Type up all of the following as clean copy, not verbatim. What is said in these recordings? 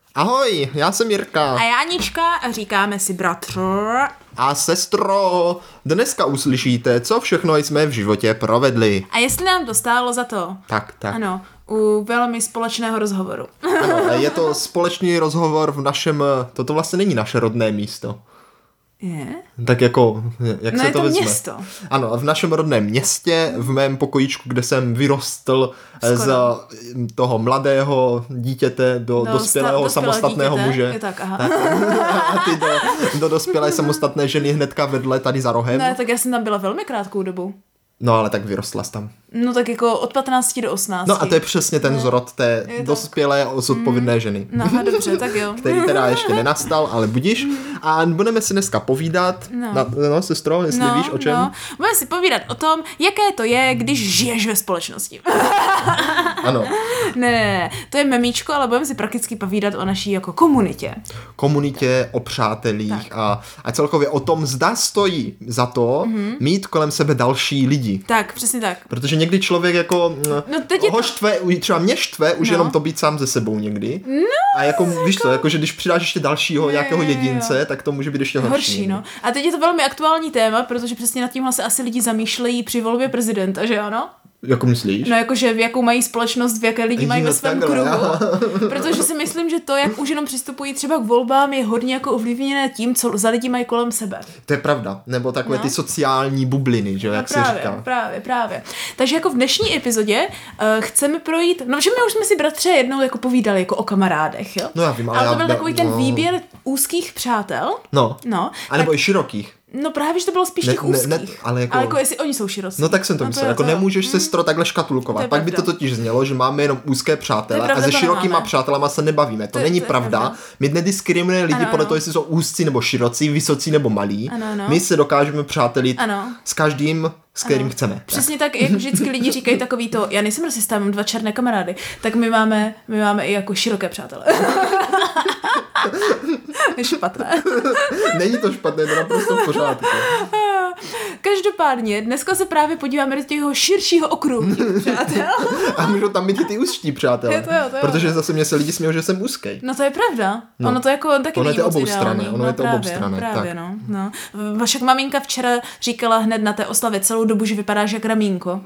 Ahoj, já jsem Jirka. A já Anička a říkáme si bratro. A sestro, dneska uslyšíte, co všechno jsme v životě provedli. A jestli nám to stálo za to. Tak. Ano, u velmi společného rozhovoru. Ano, je to společný rozhovor v našem, toto vlastně není naše rodné místo. Je? Tak jako, jak no se to vezme? Město. Ano, v našem rodném městě, v mém pokojíčku, kde jsem vyrostl z toho mladého dítěte do dospělého samostatného dítěte. muže. Je tak, aha. A ty do dospělé samostatné ženy hnedka vedle, tady za rohem. Ne, tak já jsem tam byla velmi krátkou dobu. No ale tak vyrostla jsi tam. No tak jako od 15 do 18. No a to je přesně ten zrod té dospělé zodpovědné ženy. No dobře, tak jo. Který teda ještě nenastal, ale budíš. A budeme si dneska povídat. No sestro, jestli víš o čem. No. Budeme si povídat o tom, jaké to je, když žiješ ve společnosti. Ano. Ne, to je memíčko, ale budeme si prakticky povídat o naší jako komunitě. Komunitě, o přátelích a celkově o tom, zda stojí za to mít kolem sebe další lidi. Tak, přesně tak. Protože někdy člověk jako štve, třeba mě štve už jenom to být sám ze sebou někdy. No, a jako víš co, jako že když přidáš ještě dalšího nějakého jedince, tak to může být ještě horší. No. A teď je to velmi aktuální téma, protože přesně nad tímhle se asi lidi zamýšlejí při volbě prezidenta, že ano? Jako myslíš? No jakože v jakou mají společnost, v jaké lidi mají ve svém kruhu. Protože si myslím, že to, jak už jenom přistupují třeba k volbám, je hodně jako ovlivněné tím, co za lidi mají kolem sebe. To je pravda. Nebo takové ty sociální bubliny, že jo, jak se říká. Právě. Takže jako v dnešní epizodě chceme projít, no že my už jsme si bratře jednou jako povídali jako o kamarádech, jo? No já vím, ale to byl takový ten výběr úzkých přátel. No. A nebo i širokých. No právě, že to bylo spíš těch úzkých. Ale jako jestli oni jsou širocí. No tak jsem to myslel, jako nemůžeš sestro takhle škatulkovat. Pak by to totiž znělo, že máme jenom úzké přátele a se širokýma přátelama se nebavíme. To není pravda. My nediskriminujeme lidi podle toho, jestli jsou úzcí nebo širocí, vysocí nebo malí. My se dokážeme přátelit s každým, s kterým chceme. Přesně tak, jak vždycky lidi říkají takový to, já nejsem rasista, mám 2 černé kamarády, tak my máme i jako široké přátele. Je špatné. Není to špatné, to naprosto v pořádku. Každopádně, dneska se právě podíváme do těho širšího okruhu přátel. A můžou tam být i ty úzčí přátelé. To jo. Protože zase mě se lidi smějou, že jsem úzkej. No to je pravda. No. Ono to jako taky není moc ideální. Ono je to oboustranné. Právě, no. Vaša maminka včera říkala hned na té oslavě celou dobu, že vypadáš jak ramínko.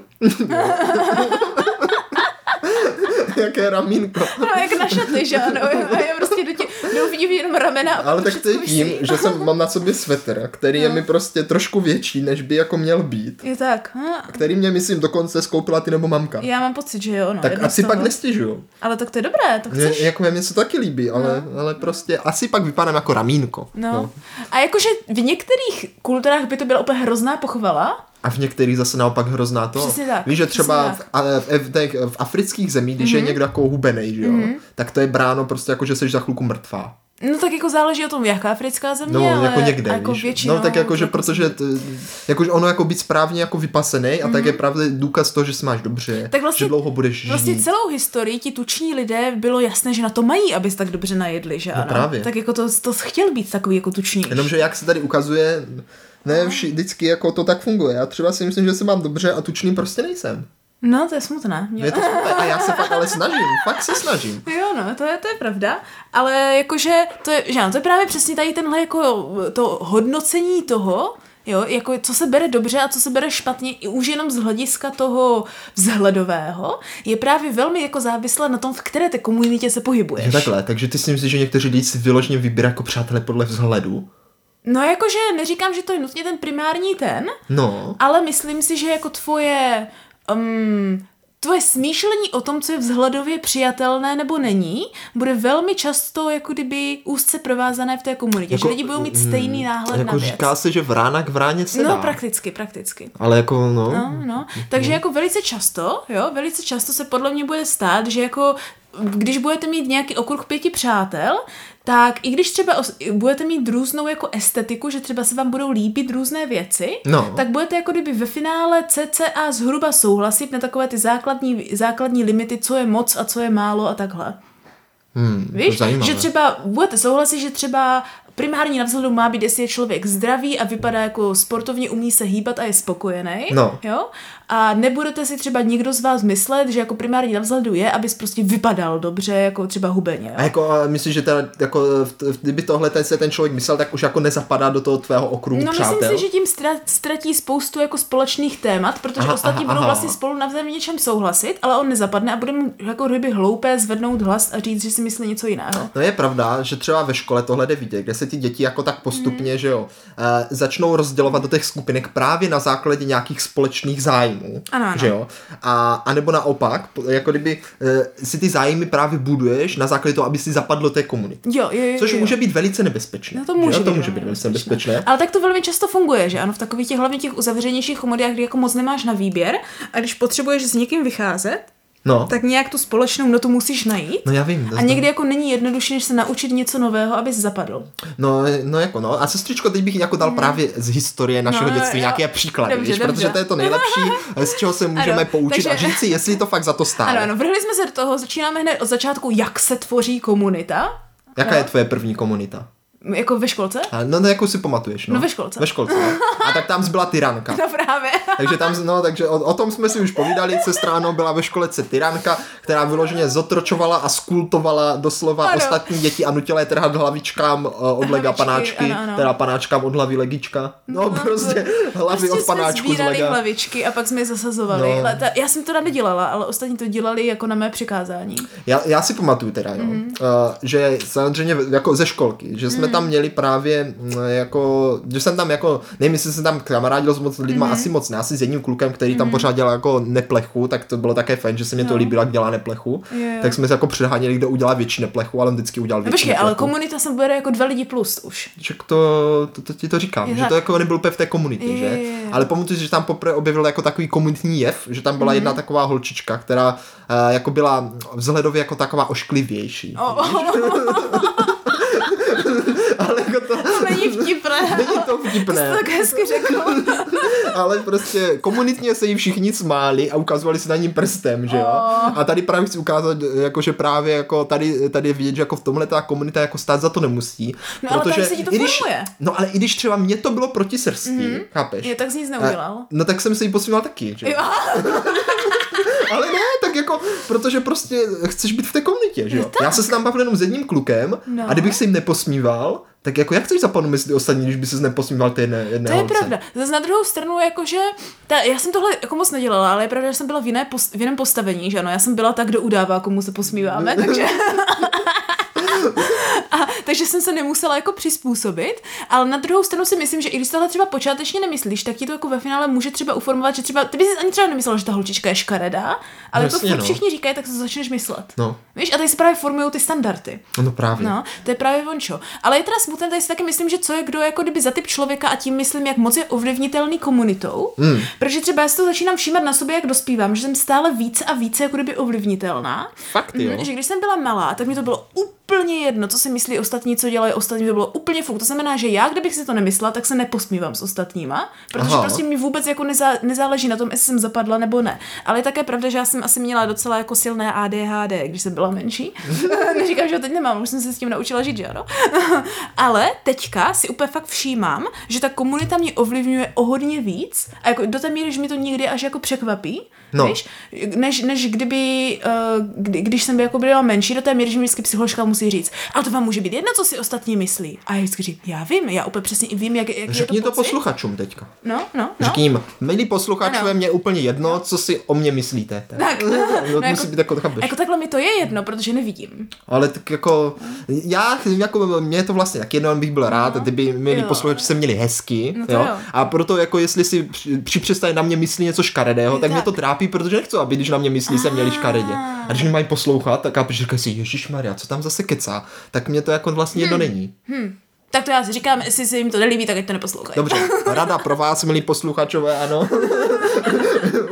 Jaké ramínko. No, jak na šaty, že ano. Já prostě vidím jenom ramena. Ale tak to je tím, že mám na sobě svetr, který je mi prostě trošku větší, než by jako měl být. Je tak. Který mě, myslím, dokonce skoupila ty nebo mamka. Já mám pocit, že jo. No, tak asi pak nestěžuju. Ale tak to je dobré, to chceš. Jako mě se to taky líbí, ale prostě asi pak vypadám jako ramínko. No. A jakože v některých kulturách by to byla úplně hrozná pochvala. A v některých zase naopak hrozná to. Přesně tak. Víš, že třeba v afrických zemích, když je někdo jako hubenej, že jo, tak to je bráno prostě jako, že jsi za chvilku mrtvá. No tak jako záleží o tom, jaká africká země, no, ale jako někde, jako víš. Většinou, no tak jako, že protože jakože ono jako být správně jako vypasený a tak je pravda důkaz toho, že se máš dobře, tak vlastně, že dlouho budeš žít. Vlastně celou historii ti tuční lidé bylo jasné, že na to mají, aby se tak dobře najedli, že ano. No právě. Tak jako to chtěl být takový jako tučný. Jenomže jak se tady ukazuje, ne vždycky jako to tak funguje. Já třeba si myslím, že se mám dobře a tučný prostě nejsem. No, to je smutné. Je to smutné a já se fakt ale snažím, fakt se snažím. Jo, no, to je pravda, ale jakože, to je právě přesně tady tenhle jako to hodnocení toho, jo, jako co se bere dobře a co se bere špatně, i už jenom z hlediska toho vzhledového, je právě velmi jako závislé na tom, v které té komunitě se pohybuješ. Takhle, takže ty si myslíš, že někteří lidi si vyloženě vybírají jako přátelé podle vzhledu? No jakože neříkám, že to je nutně ten primární no. Ale myslím si, že jako tvoje smýšlení o tom, co je vzhledově přijatelné nebo není, bude velmi často jako kdyby úzce provázané v té komunitě, jako, že lidi budou mít stejný náhled jako na věc. Říká se, že vrána k vráně se dá. No, prakticky. Ale jako, No. Takže jako velice často se podle mě bude stát, že jako když budete mít nějaký okruh 5 přátel, tak i když třeba budete mít různou jako estetiku, že třeba se vám budou líbit různé věci, tak budete jako kdyby ve finále cca zhruba souhlasit na takové ty základní limity, co je moc a co je málo a takhle. Víš, že třeba budete souhlasit, že třeba primární navzhledu má být, jestli je člověk zdravý a vypadá jako sportovně, umí se hýbat a je spokojený. No. Jo? A nebudete si třeba nikdo z vás myslet, že jako primární navzhledu je, abys prostě vypadal dobře, jako třeba hubeně. Jo? A jako myslíš, že teda, jako, kdyby tohle ten člověk myslel, tak už jako nezapadá do toho tvého okruhu přátel? Myslím si, že tím ztratí spoustu jako společných témat, protože ostatní budou vlastně spolu navzájem něčem souhlasit, ale on nezapadne a bude mu jako kdyby hloupé zvednout hlas a říct, že si myslí něco jiného. No je pravda, že třeba ve škole tohle jde vidět, kde se ty děti jako tak postupně, že jo, začnou rozdělovat do těch skupinek právě na základě nějakých společných zájmů, ano. Že jo, a nebo naopak, jako kdyby si ty zájmy právě buduješ na základě toho, aby si zapadl do té komunity. Jo. Což může být velice nebezpečné. No to může být velice nebezpečné. Ale tak to velmi často funguje, že ano, v takových těch hlavně těch uzavřenějších komunitách, kdy jako moc nemáš na výběr a když potřebuješ s někým vycházet, tak nějak tu společnou notu musíš najít. No já vím. A někdy jako není jednodušší, než se naučit něco nového, abys zapadl. No. A sestřičko, teď bych jako dal právě z historie našeho dětství nějaké příklady, dobře. Protože to je to nejlepší, z čeho se můžeme poučit a říct si, jestli to fakt za to stálo. Ano, vrhli jsme se do toho, začínáme hned od začátku, jak se tvoří komunita. Jaká je tvoje první komunita? Jako ve školce? No jakou si pamatuješ, no? No ve školce. Ve školce, no. A tak tam zbyla tyranka. No právě. Takže o tom jsme si už povídali, sestra byla ve školce tyranka, která vyloženě zotročovala a skultovala doslova ostatní děti a nutila je trhat hlavičkám od lega panáčky, ano. Teda panáčkám od hlavy legička. Prostě hlavy od panáčku z lega. Jsme hlavičky a pak jsme je zasazovali. No. Já jsem to nedělala, ale ostatní to dělali jako na mé přikázání. Já si pamatuju teda, že samozřejmě jako ze školky, že jsme tam měli právě jako, že jsem tam jako, nevím, jestli jsem tam kamarádil s moc lidma, asi moc ne, asi s jedním klukem, který tam pořád dělal jako neplechu, tak to bylo také fajn, že se mě to líbilo, jak dělá neplechu, tak jsme se jako předháněli, kdo udělá větší neplechu, ale on vždycky udělal větší neplechu. Ale komunita se bude jako 2 lidi plus už. Že to ti to říkám, že to jako nebyl úplně v té komunitě, že? Ale pamatuju si, že tam poprvé objevil jako takový komunitní jev, že tam byla jedna taková holčička, která jako byla vzhledově jako taková ošklivější. Ale jako to není vtipné. Není to vtipné. To tak hezky řekl. Ale prostě komunitně se jí všichni smáli a ukazovali si na ním prstem, že jo? A tady právě chci ukázat, jako, že právě jako tady je vidět, že jako v tomhle ta komunita jako stát za to nemusí. No protože, ale tady se ti to formuje. No ale i když třeba mě to bylo protisrství, chápeš? Je, tak jsi nic neudělal. No tak jsem se jí posmíval taky, že jo? Ale ne, tak jako, protože prostě chceš být v té komunitě, že jo? Já se tam bavil jenom s jedním klukem a kdybych se jim neposmíval, tak jako jak chceš zapadnout mezi ty ostatní, když by ses neposmíval ty jedné To je holce? pravda. Zase na druhou stranu, jakože, já jsem tohle jako moc nedělala, ale je pravda, že jsem byla v jiném postavení, že ano? Já jsem byla ta, kdo udává, komu se posmíváme, takže... Takže jsem se nemusela jako přizpůsobit, ale na druhou stranu si myslím, že i když tohle třeba počátečně nemyslíš, tak ti to jako ve finále může třeba uformovat, že třeba ty bys ani třeba nemyslela, že ta holčička je škaredá, ale to všichni říkají, tak se začneš myslet. No. Víš, a tady se právě formují ty standardy. No právě. No, to je právě vončo. Ale je teda smutné, tady si taky myslím, že co je kdo jako kdyby za typ člověka a tím myslím, jak moc je ovlivnitelný komunitou. Protože třeba já si to začínám všímat na sobě, jak dospívám, že jsem stále více a více jako kdyby ovlivnitelná. Fakt jo. Že když jsem byla malá, tak mi to bylo úplně jedno, co si myslí ostatní, co dělají ostatní, to bylo úplně fuk. To znamená, že já, kdybych si to nemyslela, tak se neposmívám s ostatníma, protože prostě mi vůbec jako nezáleží na tom, jestli jsem zapadla nebo ne. Ale je také pravda, že já jsem asi měla docela jako silné ADHD, když jsem byla menší. Neříkám, že ho teď nemám, už jsem se s tím naučila žít, že ano. Ale teďka si úplně fakt všímám, že ta komunita mě ovlivňuje o hodně víc a jako do té míry, že mi to někdy až jako překvapí, víš? Než kdyby, když jsem jako byla menší, do té míry, že mi vždycky psycholožka musí říct, ale to vám může být jedno, co si ostatní myslí. A já vždycky říkám, já vím, já úplně přesně i vím, jak je to pocit. Řekni to posluchačům teďka. No. Řekni jim, milí posluchačové, mě úplně jedno, co si o mě myslíte. Tak. Musí být jako takhle mi to je jedno, protože nevidím. Ale tak jako, mě je to vlastně tak jedno, bych byl rád, kdyby milí posluchači se měli hezky, jo? A proto jako jestli si při představě na mě myslí něco škaredého, tak mě to trápí, protože nechci, aby když na mě myslí, se měli škaredě. A když mě mají poslouchat, tak já říkám si, ježišmarja, co tam zase kecá, tak mě to jako vlastně jedno není. Tak to já si říkám, jestli se jim to nelíbí, tak ať to neposlouchají. Dobře, rada pro vás, milí posluchačové, ano.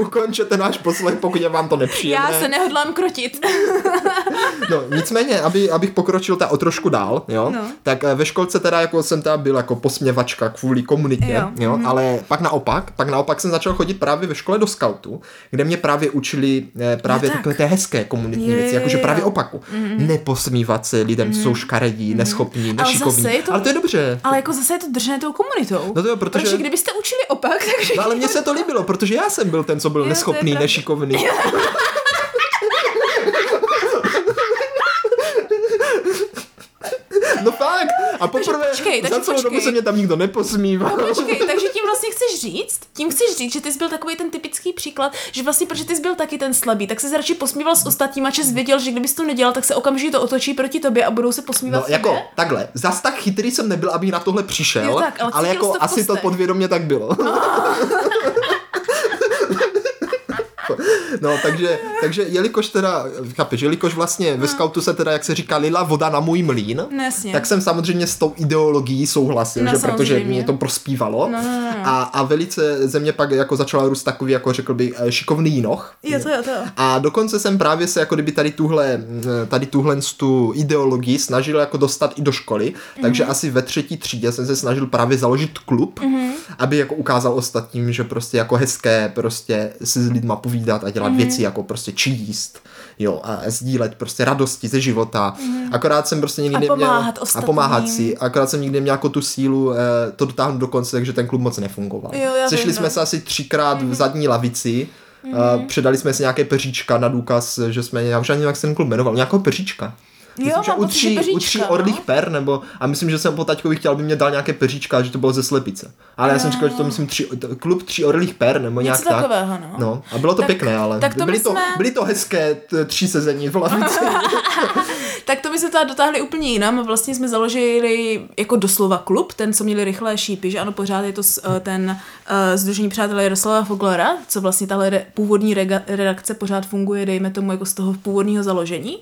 ukončete náš poslech, pokud je vám to nepříjemné. Já se nehodlám krotit. No, nicméně, abych pokročil o trošku dál, jo, no. Tak ve školce teda jako jsem teda byl jako posměvačka kvůli komunitě, jo, ale pak naopak jsem začal chodit právě ve škole do skautu, kde mě právě učili právě takové té hezké komunitní věci, jakože právě opaku. Neposmívat se lidem, co jsou škaredí, neschopní, nešikovní. Ale to je dobře. Ale jako zase je to držené tou komunitou. No to jo, protože kdybyste učili opak, takže... No ale mně se to líbilo, protože já jsem byl ten, co byl neschopný, nešikovný. No fakt. A poprvé za celou dobu se mě tam nikdo neposmíval. No počkej, takže tím vlastně chceš říct, že ty jsi byl takový ten typický příklad, že vlastně protože ty jsi byl taky ten slabý, tak se radši posmíval s ostatníma, že jsi věděl, že kdybys to nedělal, tak se okamžitě to otočí proti tobě a budou se posmívat. No jako takhle, zas tak chytrý jsem nebyl, abych na tohle přišel, jo, tak, ale jako asi to podvědomě tak bylo. No, takže jelikož teda, chápeš, jelikož vlastně ve skautu se teda, jak se říká, lila voda na můj mlýn, tak jsem samozřejmě s tou ideologií souhlasil, že protože mě to prospívalo. A velice ze mě pak jako začala růst takový, jako řekl bych, šikovný jinoch. Jo. A dokonce jsem právě se jako kdyby tady tuhle tu ideologii snažil jako dostat i do školy, takže asi ve 3. třídě jsem se snažil právě založit klub, aby jako ukázal ostatním, že prostě jako hezké prostě si s lidma povídat a dělat věci jako prostě číst, jo, a sdílet prostě radosti ze života. Akorát jsem prostě nikdy neměl a pomáhat si. Akorát jsem nikdy neměl jako tu sílu to dotáhnout do konce, takže ten klub moc nefungoval. Sešli jsme se asi 3krát v zadní lavici. Předali jsme si nějaké peříčka na důkaz, že jsme, já už ani jak se ten klub jmenoval, nějakého peříčka. Myslím, že u 3 orlích per, nebo, a myslím, že jsem po taťkovi chtěl, aby mě dal nějaké peříčka, že to bylo ze slepice. Ale já jsem říkal, že to myslím klub 3 orlích per, nebo nějak tak. Něco takového, no. A bylo to pěkné, ale byly to hezké 3 sezení v lavici. Tak to my jsme teda dotáhli úplně jinam a vlastně jsme založili jako doslova klub, ten, co měli rychlé šípy, že ano, pořád je to ten Sdružení přátelé Jaroslava Foglera, co vlastně tahle původní redakce pořád funguje, dejme tomu jako z toho původního založení.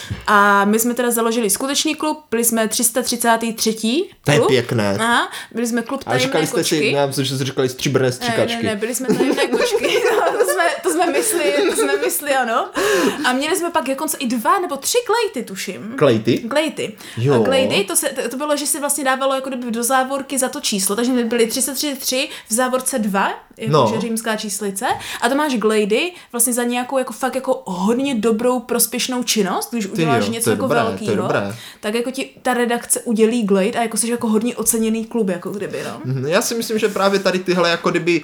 A my jsme teda založili skutečný klub, byli jsme 333. klub. To je pěkné. Aha, byli jsme klub tajemné kočky. A říkali jste si, já myslím, že jste říkali stříbrné stříkačky. Ne, byli jsme tajemné kočky, to jsme mysli, ano. A měli jsme pak dokonce i 2 nebo 3 klejty, tuším. Klejty. Jo. Klejty, to bylo, že si vlastně dávalo jako do závorky za to číslo, takže my byli 333 v závorce 2, jakože římská číslice, a to máš glejdy vlastně za nějakou jako fakt jako hodně dobrou prospěšnou činnost, když uděláš něco jako velkýho, tak jako ti ta redakce udělí glejt a jako jsi jako hodně oceněný klub, jako kdyby, no. Já si myslím, že právě tady tyhle jako kdyby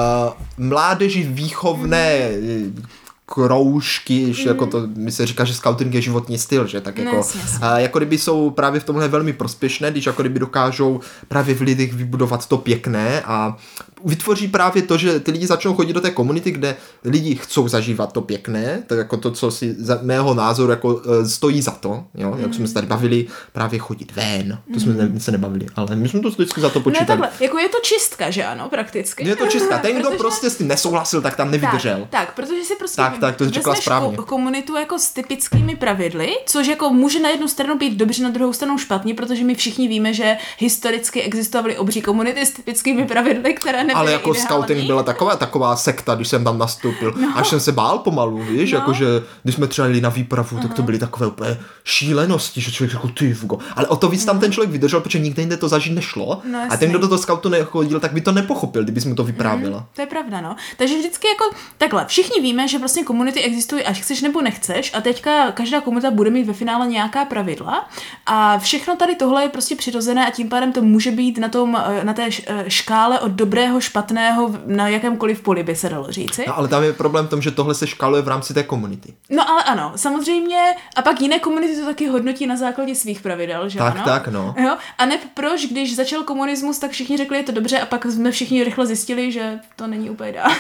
mládeži výchovné kroužky, jako to mi se říká, že scouting je životní styl, že tak jako, jako kdyby jsou právě v tomhle velmi prospěšné, když jako kdyby dokážou právě v lidech vybudovat to pěkné a vytvoří právě to, že ty lidi začnou chodit do té komunity, kde lidi chcou zažívat to pěkné, tak jako to, co si za mého názoru jako stojí za to, jo, jak jsme se tady bavili, právě chodit ven, to jsme se nebavili, ale my jsme to vždycky za to počítali. Ne, takhle, jako je to čistka, že ano, prakticky. Je to čistka, ten, kdo prostě s tím nesouhlasil, tak tam nevydržel. Tak, protože si prostě tak to řekla správně. Komunitu jako s typickými pravidly, což jako může na jednu stranu být dobře, na druhou stranu špatně, protože my všichni víme, že historicky existovaly obří komunity s typickými pravidly, které nebyly ale jako ideální. scouting byla taková sekta, když jsem tam nastoupil. Až jsem se bál pomalu, víš, jakože když jsme třeba jeli na výpravu, tak to byly takové úplně šílenosti, že člověk jako ty fugo. Ale o to víc tam ten člověk vydržel, protože nikde jinde to zažít nešlo. No, a ten, kdo do toho scoutu nechodil, tak by to nepochopil, kdybys mu to vyprávěla. To je pravda, no. Takže vždycky jako takhle, všichni víme, že vlastně komunity existují, ať chceš nebo nechceš, a teďka každá komunita bude mít ve finále nějaká pravidla a všechno tady tohle je prostě přirozené a tím pádem to může být na té škále od dobrého, špatného na jakémkoliv poli, by se dalo říci. No, ale tam je problém v tom, že tohle se škáluje v rámci té komunity. No ale ano, samozřejmě, a pak jiné komunity to taky hodnotí na základě svých pravidel, že ano? Tak, no. Jo? A ne proč, když začal komunismus, tak všichni řekli, je to dobře, a pak jsme všichni rychle zjistili, že to není úplně ideální.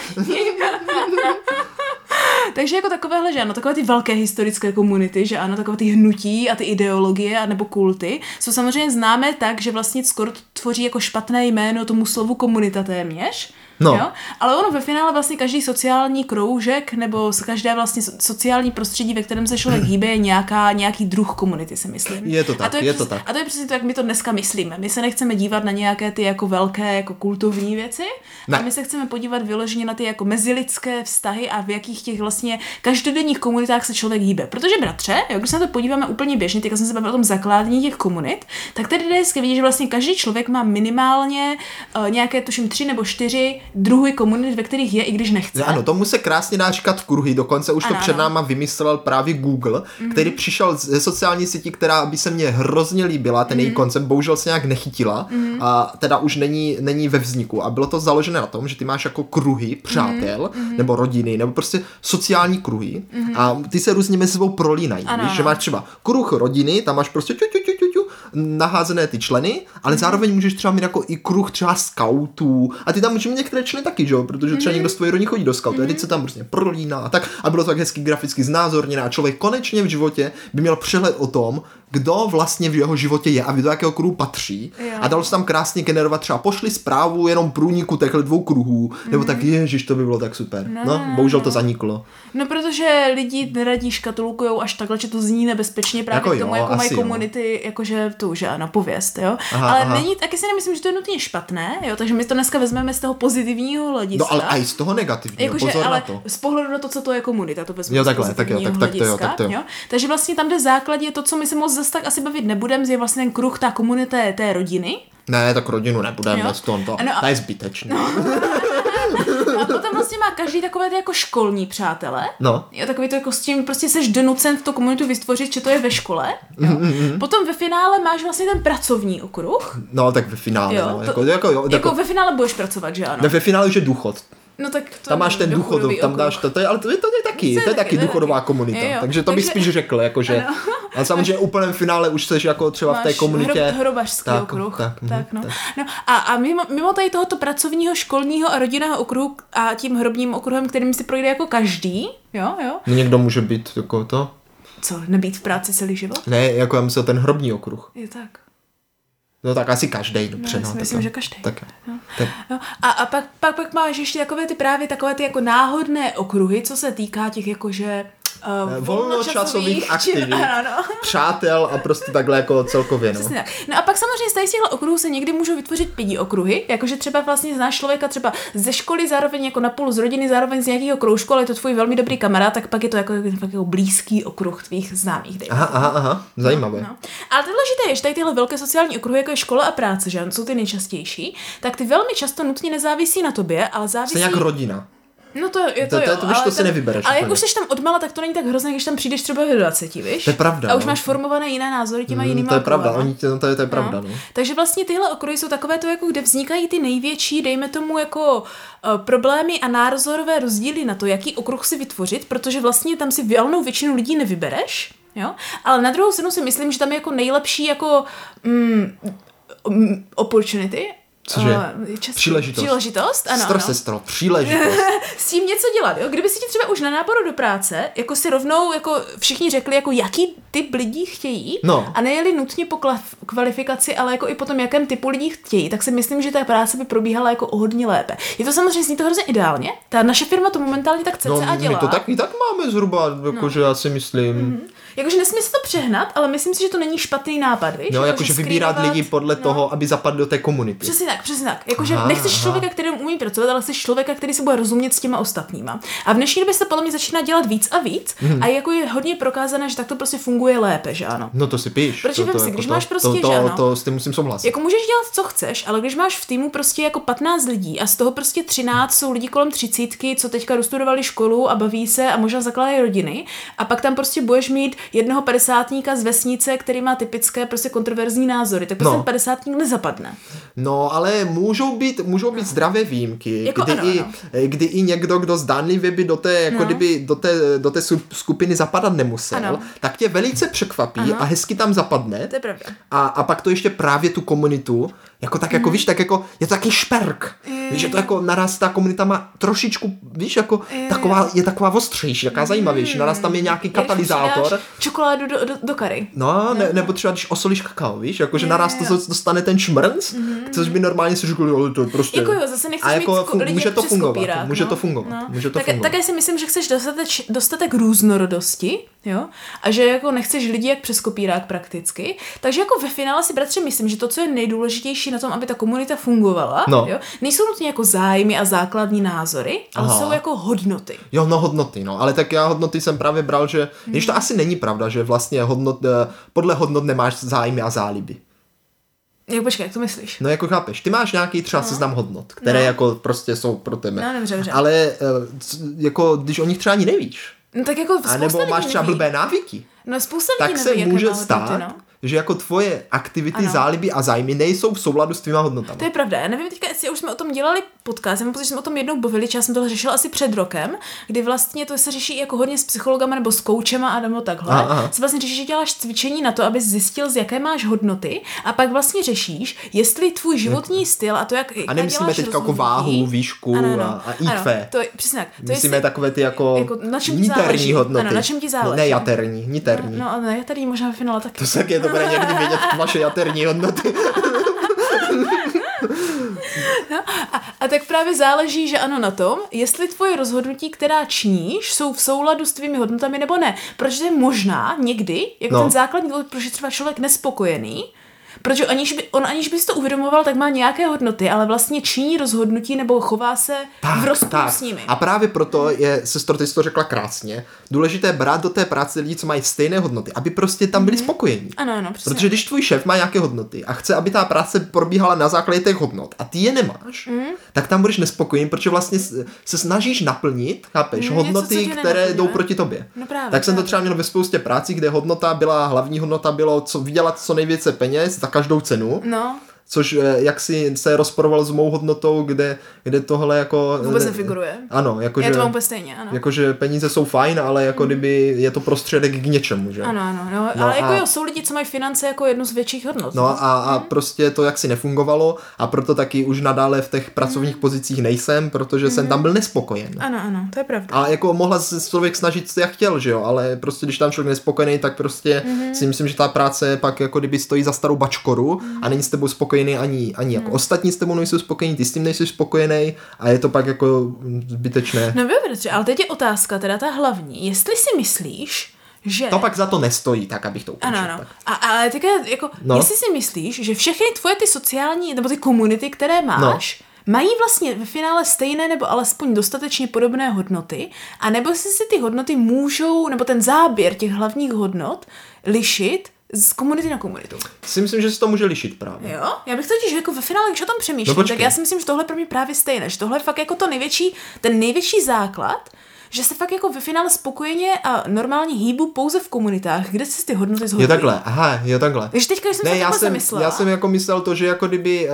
Takže jako takovéhle, že ano, takové ty velké historické komunity, že ano, takové ty hnutí a ty ideologie a nebo kulty jsou samozřejmě známé tak, že vlastně skoro tvoří jako špatné jméno tomu slovu komunita téměř. No. Jo? Ale ono ve finále vlastně každý sociální kroužek nebo každé vlastně sociální prostředí, ve kterém se člověk hýbe, je nějaký druh komunity, si myslím. Je to tak, A to je přesně to, jak my to dneska myslíme. My se nechceme dívat na nějaké ty jako velké jako kultovní věci, a my se chceme podívat vyloženě na ty jako mezilidské vztahy a v jakých těch vlastně každodenních komunitách se člověk hýbe. Protože bratře, jo, když se na to podíváme úplně běžně, teďka jsem se bavila o tom zakládání těch komunit, tak tady dneska vidíš, že vlastně každý člověk má minimálně nějaké tuším 3 nebo 4 druhy komunit, ve kterých je, i když nechce. Ano, tomu se krásně dá říkat v kruhy, dokonce už to před náma vymyslel právě Google, který přišel ze sociální sítí, která by se mně hrozně líbila, ten její koncept, bohužel se nějak nechytila, a teda už není ve vzniku. A bylo to založené na tom, že ty máš jako kruhy přátel, nebo rodiny, nebo prostě sociální kruhy, a ty se různě mezi sebou prolínají. Víš, že máš třeba kruh rodiny, tam máš prostě naházené ty členy, ale zároveň můžeš třeba mít jako i kruh třeba skautů, a ty tam můžeš mít některé členy taky, že jo, protože třeba někdo z tvojí rodiny chodí do skautu, a teď se tam prostě prolíná a tak, a bylo to tak hezky graficky znázorněné a člověk konečně v životě by měl přehled o tom, kdo vlastně v jeho životě je a do jakého kruhu patří. Jo. A dalo se tam krásně generovat třeba pošli zprávu jenom průniku těchto 2 kruhů, nebo tak ježiš, to by bylo tak super. No, bohužel to zaniklo. No, protože lidi neradí škatulkujou až takhle, že to zní nebezpečně právě jako k tomu, jako mají komunity, jakože to už je na pověst, jo. Ale taky si nemyslím, že to je nutně špatné, jo, takže my to dneska vezmeme z toho pozitivního hlediska. No, ale i z toho negativního, jako, pozor ale na to. Z pohledu na to, co to je komunita, to vezmeme z pozitivního hlediska. Tak to jo. Takže vlastně tam jde základě to, co my se moc zase tak asi bavit nebudeme, je vlastně ten kruh, ta komunita té rodiny. Ne, tak rodinu nebudeme, to je zbytečné. A potom vlastně má každý takové ty jako školní přátele. No. Jo, takový to jako s tím prostě seš donucen v tu komunitu vytvořit, že to je ve škole. Jo. Potom ve finále máš vlastně ten pracovní okruh. No, tak ve finále, jo, no. Jako ve finále budeš pracovat, že ano? Ve finále už je důchod. No tak to tam máš ten důchod, tam dáš to je taky důchodová komunita, takže to bych spíš řekl, jakože, ale samozřejmě úplně v finále už seš jako třeba v té komunitě. Hrobařský okruh. No a mimo tady tohoto pracovního, školního a rodinného okruhu a tím hrobním okruhem, kterým si projde jako každý, jo. Někdo může být jako to. Co, nebýt v práci celý život? Ne, jako já myslím ten hrobní okruh. Je tak. No tak asi každej, dobře, no. Myslím, že každej. Tak. No. A pak máš ještě takové ty jako náhodné okruhy, co se týká těch jakože volnočasových aktivit, přátel a prostě takhle jako celkově. No. Tak. No a pak samozřejmě z těchto okruhů se někdy můžou vytvořit pidi okruhy, jakože třeba vlastně znáš člověka třeba ze školy, zároveň jako napůl z rodiny, zároveň z nějakého kroužku, ale je to tvůj velmi dobrý kamarád, tak pak je to jako blízký okruh tvých známých. Aha, zajímavé. No. Ale to důležité je, že tady tyhle velké sociální okruhy, jako je škola a práce, že jsou ty nejčastější, tak ty velmi často nutně nezávisí na tobě, ale závisí... Jsi jak rodina. No to je to jo. To si nevybereš. Ale jak už jsi tam odmala, tak to není tak hrozné, když tam přijdeš třeba ve 20, víš? To je pravda. A už máš formované jiné názory těma jinýma. To je pravda, to je pravda. No. Takže vlastně tyhle okruhy jsou takové to, jako kde vznikají ty největší, dejme tomu jako problémy a názorové rozdíly na to, jaký okruh si vytvořit, protože vlastně tam si valnou většinu lidí nevybereš, jo? Ale na druhou stranu si myslím, že tam je jako nejlepší jako opportunity. Cože? Příležitost, ano. Sestro, příležitost. S tím něco dělat, jo? Kdyby si ti třeba už na náboru do práce, jako si rovnou, jako všichni řekli, jako jaký typ lidí chtějí, a nejeli nutně po kvalifikaci, ale jako i po tom, jakém typu lidí chtějí, tak si myslím, že ta práce by probíhala jako o hodně lépe. Je to samozřejmě, zní to hrozně ideálně. Ta naše firma to momentálně tak cca dělá. My to tak máme zhruba, jakože já si myslím. Jakože nesmí se to přehnat, ale myslím si, že to není špatný nápad, víš? No, jakože vybírat lidi podle toho, aby zapadli do té komunity. Přesně tak. Jakože nechceš člověka, který umí pracovat, ale chceš člověka, který se bude rozumět s těma ostatníma. A v dnešní době se podle mě začíná dělat víc a víc, a jako je hodně prokázané, že tak to prostě funguje lépe, že ano. No to si píš. Protože vem si, když máš prostě, že ano. To s tím musím souhlasit. Jako můžeš dělat, co chceš, ale když máš v týmu prostě jako 15 lidí a z toho prostě 13 jsou lidi kolem 30, co teďka dostudovali školu a baví se a možná zakládají rodiny, a pak tam prostě budeš mít jednoho 50níka z vesnice, který má typické prostě kontroverzní názory, tak prostě 50ník nezapadne. No, ale můžou být zdravé výjimky, jako kdy i někdo, kdo zdánlivě by do té skupiny zapadat nemusel, tak tě velice překvapí a hezky tam zapadne. To je pravda. A pak to ještě právě tu komunitu Jako tak jako, víš, tak jako, je to taky šperk. Víš, že to jako naraz ta komunita má trošičku, víš, jako je taková ostřejší, taková zajímavější. Naraz tam je nějaký katalyzátor. Čokoládu do kary. No, nebo třeba když osolíš kakao, víš, jako že naraz to dostane ten šmrnc, což by normálně si řekl, ale to prostě. Jako jo, zase nechceš jako mít lidi může to fungovat, kopírák, může to fungovat. Také si myslím, že chceš dostatek různorodosti, jo, a že jako nechceš lidi jak přes kopírák prakticky, takže jako ve finále si bratře myslím, že to, co je nejdůležitější na tom, aby ta komunita fungovala, jo, nejsou nutně jako zájmy a základní názory, ale jsou jako hodnoty. Jo, no hodnoty, no, ale tak já hodnoty jsem právě bral, že, když to asi není pravda, že vlastně podle hodnot nemáš zájmy a záliby. Jak počkej, jak to myslíš? No jako chápeš, ty máš nějaký třeba seznam hodnot, které jako prostě jsou pro tebe. No, dobře. Ale jako, když o nich třeba ani nevíš. No tak jako a nebo máš třeba blbé návyky. No spousta lidí tak se může stát, že jako tvoje aktivity, záliby a zájmy nejsou v souladu s tvýma hodnotami. To je pravda. Já nevím teďka, jestli už jsme o tom dělali podcast, protože jsme o tom jednou bavili, já jsem to řešila asi před rokem, kdy vlastně to se řeší jako hodně s psychologama nebo s koučema a nebo takhle. Se vlastně řeší, že děláš cvičení na to, abys zjistil, z jaké máš hodnoty, a pak vlastně řešíš, jestli tvůj životní styl a to, jak a nemyslíme teď jako váhu, výšku a IQ. To je přesně tak. Myslíme takové ty jako niterní hodnoty. Ano, na čem ti záleží? Ne jaterní, niterní. No, ale jaterní možná ve finále taky. To tak je dobré někdy vědět vaše jaterní hodnoty. No, a tak právě záleží, že ano, na tom, jestli tvoje rozhodnutí, která činíš, jsou v souladu s tvými hodnotami nebo ne. Protože možná někdy, jako ten základní důvod, proč je třeba člověk nespokojený, protože aniž bys to uvědomoval, tak má nějaké hodnoty, ale vlastně činí rozhodnutí nebo chová se v rozporu s nimi. A právě proto je, sestro, ty jsi to řekla krásně, důležité brát do té práce lidi, co mají stejné hodnoty, aby prostě tam byli spokojení. Ano, přesně. Protože když tvůj šéf má nějaké hodnoty a chce, aby ta práce probíhala na základě těch hodnot a ty je nemáš, tak tam budeš nespokojený, protože vlastně se snažíš naplnit, chápeš, hodnoty, které jdou proti tobě. No právě, tak jsem to třeba měl ve spoustě práci, kde hlavní hodnota bylo vydělat co nejvíce peněz za každou cenu. No. Což jaksi se rozporovalo s mou hodnotou, kde tohle jako... Vůbec nefiguruje. Ano, jakože... Já to mám úplně stejně, ano. Jakože peníze jsou fajn, ale jako kdyby je to prostředek k něčemu, že? Ano. No, ale jako jsou lidi, co mají finance jako jednu z větších hodnot. No a prostě to jaksi nefungovalo a proto taky už nadále v těch pracovních pozicích nejsem, protože jsem tam byl nespokojen. Ano, to je pravda. A jako mohla se člověk snažit, co jak chtěl, že jo, ale prostě když tam člověk nespokojený, tak prostě si myslím, že ta práce pak jako kdyby stojí za starou bačkoru a není s tebou spokojený ani jako ostatní s tebou nejsou spokojení, ty s tím nejsi spokojený a je to pak jako zbytečné. No dobře, ale teď je otázka, teda ta hlavní, jestli si myslíš, že... To pak za to nestojí, tak abych to ukončil. Ano. Ale teď jako, jestli si myslíš, že všechny tvoje ty sociální, nebo ty komunity, které máš, mají vlastně ve finále stejné nebo alespoň dostatečně podobné hodnoty, a nebo si ty hodnoty můžou, nebo ten záběr těch hlavních hodnot lišit z komunity na komunitu. Si myslím, že se to může lišit právě. Jo? Já bych totiž jako ve finále, když o tom přemýšlím, tak já si myslím, že tohle pro mě právě stejné, že tohle je fakt jako ten největší základ, že se fakt jako ve finále spokojeně a normálně hýbu pouze v komunitách, kde se ty hodnoty shodují. Jo takhle. Takže teďka jsem se takhle zamyslela. Já jsem jako myslel to, že jako kdyby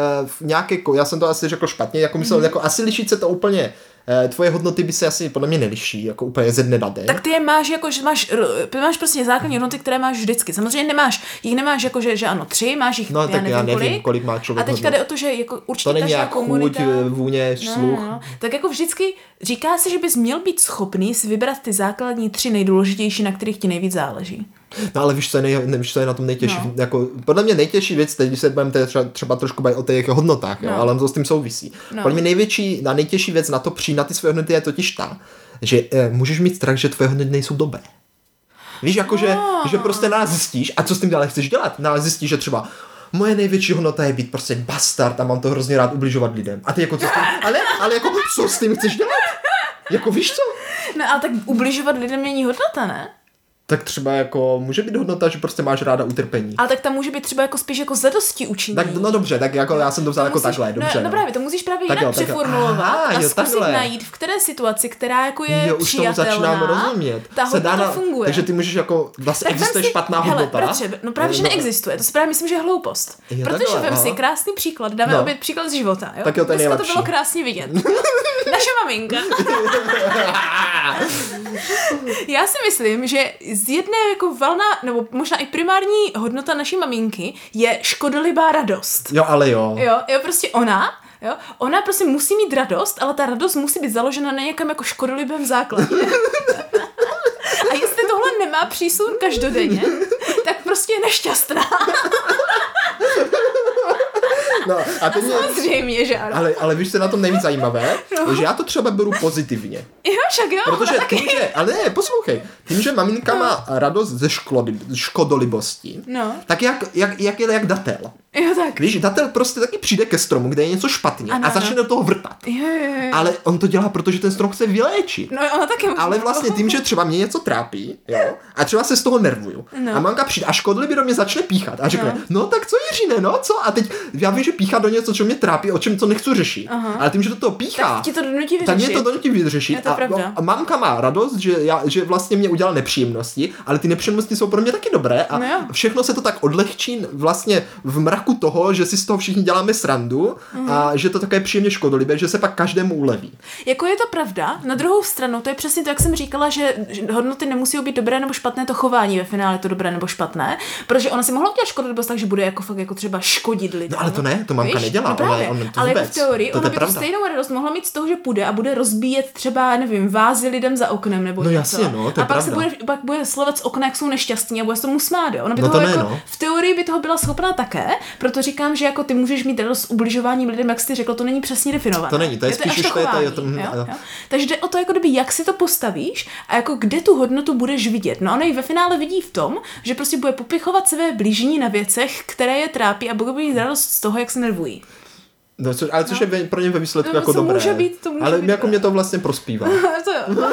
já jsem to asi řekl špatně, jako myslel, jako asi lišit se to úplně. Tvoje hodnoty by se asi podle mě neliší, jako úplně ze dne na den. Tak ty je máš jako, že máš prostě základní hodnoty, které máš vždycky. Samozřejmě jich nemáš jako, že ano, 3, máš jich já nevím, kolik má člověk. A teďka jde o to, že jako určitě to není jak komunita, chuť, vůně, sluch. No. Tak jako vždycky říká se, že bys měl být schopný si vybrat ty základní 3 nejdůležitější, na kterých ti nejvíc záleží. No ale víš, co je na tom nejtěžší. No. Jako, podle mě nejtěžší věc, teď když se budeme třeba trošku bavit o těch hodnotách, jo, ale to s tím souvisí. Podle mě nejtěžší věc na to přijít na ty své hodnoty je totiž ta, že můžeš mít strach, že tvoje hodnoty nejsou dobré. Víš, jako že prostě nás zjistíš, a co s tím dále chceš dělat? Nás zjistíš, že třeba moje největší hodnota je být prostě bastard a mám to hrozně rád ubližovat lidem. A ty jako co s tím, ale jako co s tím chceš dělat? Jako víš co? No ale tak ubližovat lidem není hodnota, ne? Tak třeba jako může být hodnota, že prostě máš ráda utrpení. Ale tak tam může být třeba jako spíš jako zadosti učinění. Tak no dobře, tak jako já jsem to vzal jako takhle, dobře. No právě, to musíš právě jinak přeformulovat a zkusit najít, v které situaci, která jako je už přijatelná. Už tomu začínám rozumět. Ta hodnota funguje. Takže ty můžeš jako, vlastně existuje špatná hodnota. No právě, že neexistuje, to si právě myslím, že je hloupost. Protože vem si krásný příklad, dáme opět příklad z života. Jo? Tak jo, to je nejlepší. to bylo krásně vidět. Naše maminka. Já si myslím, že z jedné jako valná, nebo možná i primární hodnota naší maminky je škodolibá radost. Jo, ale jo. Jo, prostě ona prostě musí mít radost, ale ta radost musí být založena na nějakém jako škodolibém základě. A jestli tohle nemá přísun každodenně, tak prostě je nešťastná. No, a teď samozřejmě, že ano. Ale víš, co je na tom nejvíc zajímavé? No. Že já to třeba beru pozitivně. Jo, však jo. Protože tím, že, ale ne, poslouchej, tím, že maminka má radost ze škodolibosti, tak jak datel. Jo, tak. Víš, datel prostě taky přijde ke stromu, kde je něco špatně a začne do toho vrtat. Jo. Ale on to dělá, protože ten strom chce vyléčit. No, ona taky. Ale vlastně tím, že třeba mě něco trápí, jo, a třeba se z toho nervuju. A mamka přijde a škodlivě do mě začne píchat a řekne, no tak co Jiřine, no co? A teď já vím, že píchá do něco, co mě trápí, o čem co nechci řešit. Ale tím, že do toho píchá, tak mě to donutí vyřešit. A mamka má radost, že vlastně mě udělal nepříjemnosti, ale ty nepříjemnosti jsou pro mě taky dobré a všechno se to tak odlehčí vlastně v mraku toho, že si z toho všichni děláme srandu a že to také příjemně škodolivé, že se pak každému uleví. Jako je to pravda, na druhou stranu, to je přesně to, jak jsem říkala, že hodnoty nemusí být dobré nebo špatné, to chování ve finále je to dobré nebo špatné, protože ona si mohla udělat škodolibost tak, že bude jako fakt jako třeba škodit lidem. No ale to ne, to mamka nedělá, ale jako v teorii ona by tu stejnou radost mohla mít z toho, že půjde a bude rozbíjet třeba, nevím, vázy lidem za oknem nebo něco. Jasně, no, to je a pak bude slovat z okna, jak jsou nešťastní a bude se tomu smát. Ona by toho jako, v teorii by toho byla schopná také, proto říkám, že jako ty můžeš mít radost s ubližováním lidem, jak jsi ty řekl, to není přesně definované. To není, to je spíš už jo. Takže jde o to, jako kdyby, jak si to postavíš a jako kde tu hodnotu budeš vidět. No ona ji ve finále vidí v tom, že prostě bude popichovat své blížní na věcech, které je trápí a bude mít radost z toho, jak se nervují. No, ale což je pro ně ve výsledku jako dobré. Může být, ale jako mě to vlastně prospívá. To jo.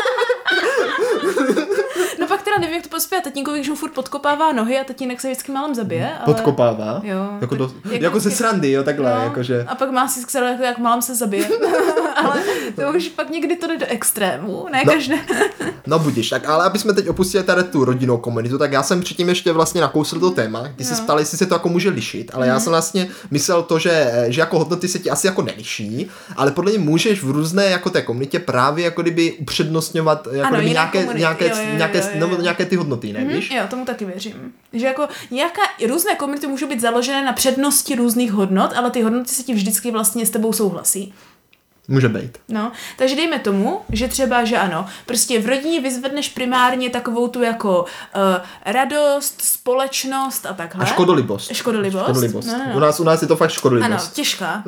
No pak teda nevím, jak to pospěje. Tatínkovi, když mu furt podkopává nohy a tatínek se vždycky málem zabije. Ale... Podkopává? Jo. Jako ze srandy, jo, takhle. No, jakože... A pak má si skvěle, jak málem se zabije. Ale to už pak někdy to jde do extrému, ne každé. No budíš, tak ale aby jsme teď opustili tady tu rodinnou komunitu, tak já jsem předtím ještě vlastně nakousl to téma, když se ptali, jestli se to jako může lišit, ale já jsem vlastně myslel to, že jako hodnoty se ti asi jako neliší, ale podle mě můžeš v různé jako té komunitě právě jako kdyby upřednostňovat jako ano, nějaké ty hodnoty, ne, víš? Jo, tomu taky věřím. Že jako různé komunity můžou být založené na přednosti různých hodnot, ale ty hodnoty se ti vždycky vlastně s tebou souhlasí. Může být. No, takže dejme tomu, že třeba, že ano, prostě v rodině vyzvedneš primárně takovou tu jako radost, společnost a takhle. A škodolibost. No. U nás je to fakt škodolibost. Ano, těžká.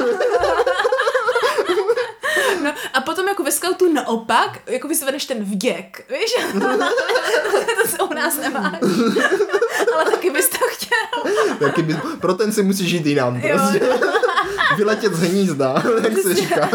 No a potom jako ve skautu naopak, jako vyzvedeš ten vděk, víš? To se u nás nemá. Ale taky bys to chtěl. Pro ten si musíš jít jinam prostě. Vyletět z hnízda, jak se říká.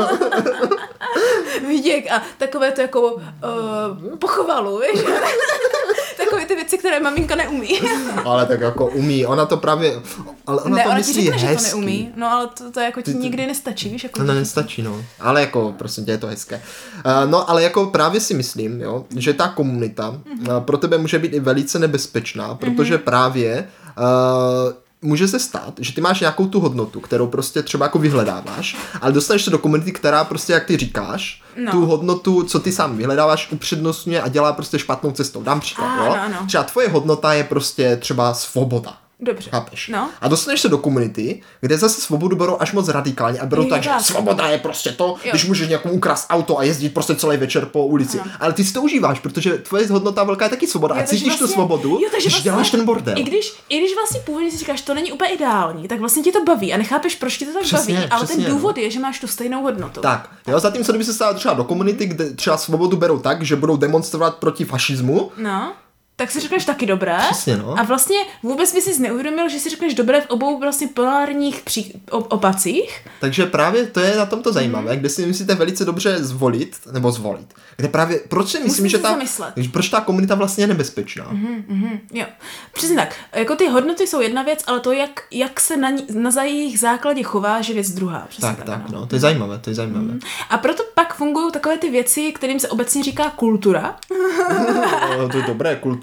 Vděk a takové to jako pochovalu, víš? Takové ty věci, které maminka neumí. Ale tak jako umí, ona to právě, ale ona to myslí řekne, hezky. Že to neumí, no ale to jako ti nikdy nestačí, víš? Jako to nestačí, no. Ale jako, prosím tě, je to hezké. No, ale jako právě si myslím, jo, že ta komunita pro tebe může být i velice nebezpečná, protože právě může se stát, že ty máš nějakou tu hodnotu, kterou prostě třeba jako vyhledáváš, ale dostaneš se do komunity, která prostě, jak ty říkáš, tu hodnotu, co ty sám vyhledáváš, upřednostňuje a dělá prostě špatnou cestou. Dám příklad, jo? No. Třeba tvoje hodnota je prostě třeba svoboda. Dobře. Chápeš? No. A dostaneš se do komunity, kde zase svobodu berou až moc radikálně a berou tak, že svoboda je prostě to, když můžeš někomu ukrást auto a jezdit prostě celý večer po ulici. Ano. Ale ty si to užíváš, protože tvoje hodnota velká je taky svoboda a cítíš vlastně tu svobodu, když vlastně, děláš ten bordel. I když vlastně původně si říkáš, to není úplně ideální, tak vlastně ti to baví a nechápeš, proč ti to tak baví, ale ten důvod je, že máš tu stejnou hodnotu. Tak, jo, zatímco kdyby se stala třeba do komunity, kde třeba svobodu berou tak, že budou demonstrovat proti fašismu. No. Tak si řekneš taky dobré. Přesně, no. A vlastně vůbec by si neuvědomil, že si řekneš dobré v obou vlastně polárních opacích. Takže právě to je na tomto zajímavé, kde si musíte velice dobře zvolit. Kde právě, proč si myslím, že proč ta komunita vlastně je nebezpečná. Jo, přesně tak. Jako ty hodnoty jsou jedna věc, ale to, jak se na jejich základě chová, že věc druhá. Tak, no. To je zajímavé. A proto pak fungují takové ty věci, kterým se obecně říká kultura. To je dobré, kultura.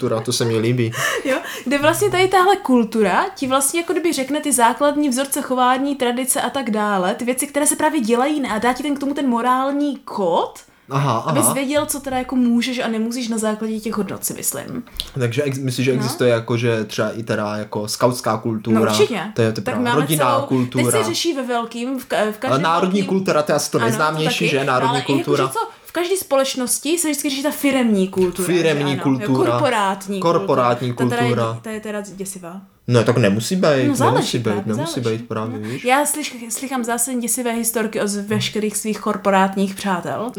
kultura, to se mi líbí. Jo, kde vlastně tady tahle kultura ti vlastně jako kdyby řekne ty základní vzorce chování, tradice a tak dále, ty věci, které se právě dělají a dá ti k tomu ten morální kód, abys věděl, co teda jako můžeš a nemusíš na základě těch hodnot, si myslím. Takže myslíš, že existuje jako, že třeba i teda jako skautská kultura? No určitě. To je rodinná kultura. Teď se řeší ve velkým, v každém národní kultura, to je asi to nejznámější, že? Národní kultura. Jako, v každé společnosti se vždycky řeší ta firemní kultura. Firemní kultura. Korporátní kultura. Ta je teda děsivá. No tak nemusí být, nemusí být právě, víš. Já slychám zásadně děsivé historky o veškerých svých korporátních přátel.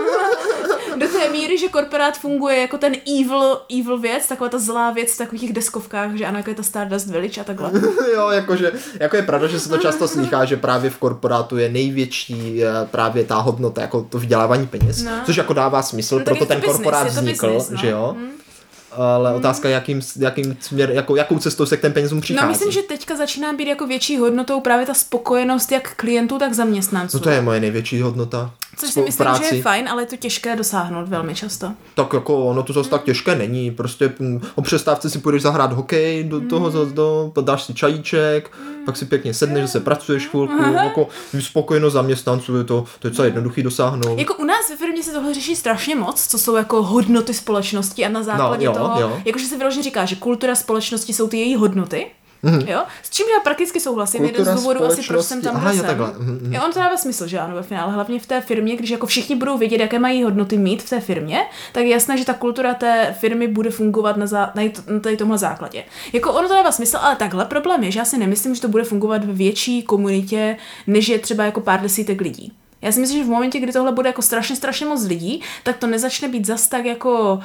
Do té míry, že korporát funguje jako ten evil věc, taková ta zlá věc v takových deskovkách, že ano, jako je ta Stardust Village a takhle. Jo, jako je pravda, že se to často slýchá, že právě v korporátu je největší právě ta hodnota, jako to vydělávání peněz, což jako dává smysl, proto ten korporát vznikl, že jo. Ale otázka, jakým směr, jakou cestou se k těm penězům přichází. No myslím, že teďka začíná být jako větší hodnotou právě ta spokojenost jak klientů, tak zaměstnanců. No to je moje největší hodnota. Což si myslím, že je fajn, ale je to těžké dosáhnout velmi často. Tak jako ono to zase tak těžké není. Prostě o přestávce si půjdeš zahrát hokej, do toho dáš si čajíček, pak si pěkně sedneš, že se pracuješ chvilku, jako spokojenost zaměstnanců, je to docela jednoduchý dosáhnout. Jako u nás ve firmě se tohle řeší strašně moc, co jsou jako hodnoty společnosti a na základě toho, jakože se vyloženě říká, že kultura společnosti jsou ty její hodnoty. Jo? S čím já prakticky souhlasím, jeden z důvodů asi, proč jsem tam Jo, on to dává smysl, že ano, ve finále, hlavně v té firmě, když jako všichni budou vědět, jaké mají hodnoty mít v té firmě, tak je jasné, že ta kultura té firmy bude fungovat na tady tomhle základě. Jako ono to dává smysl, ale takhle problém je, že já si nemyslím, že to bude fungovat ve větší komunitě, než je třeba jako pár desítek lidí. Já si myslím, že v momentě, kdy tohle bude jako strašně moc lidí, tak to nezačne být zas tak jako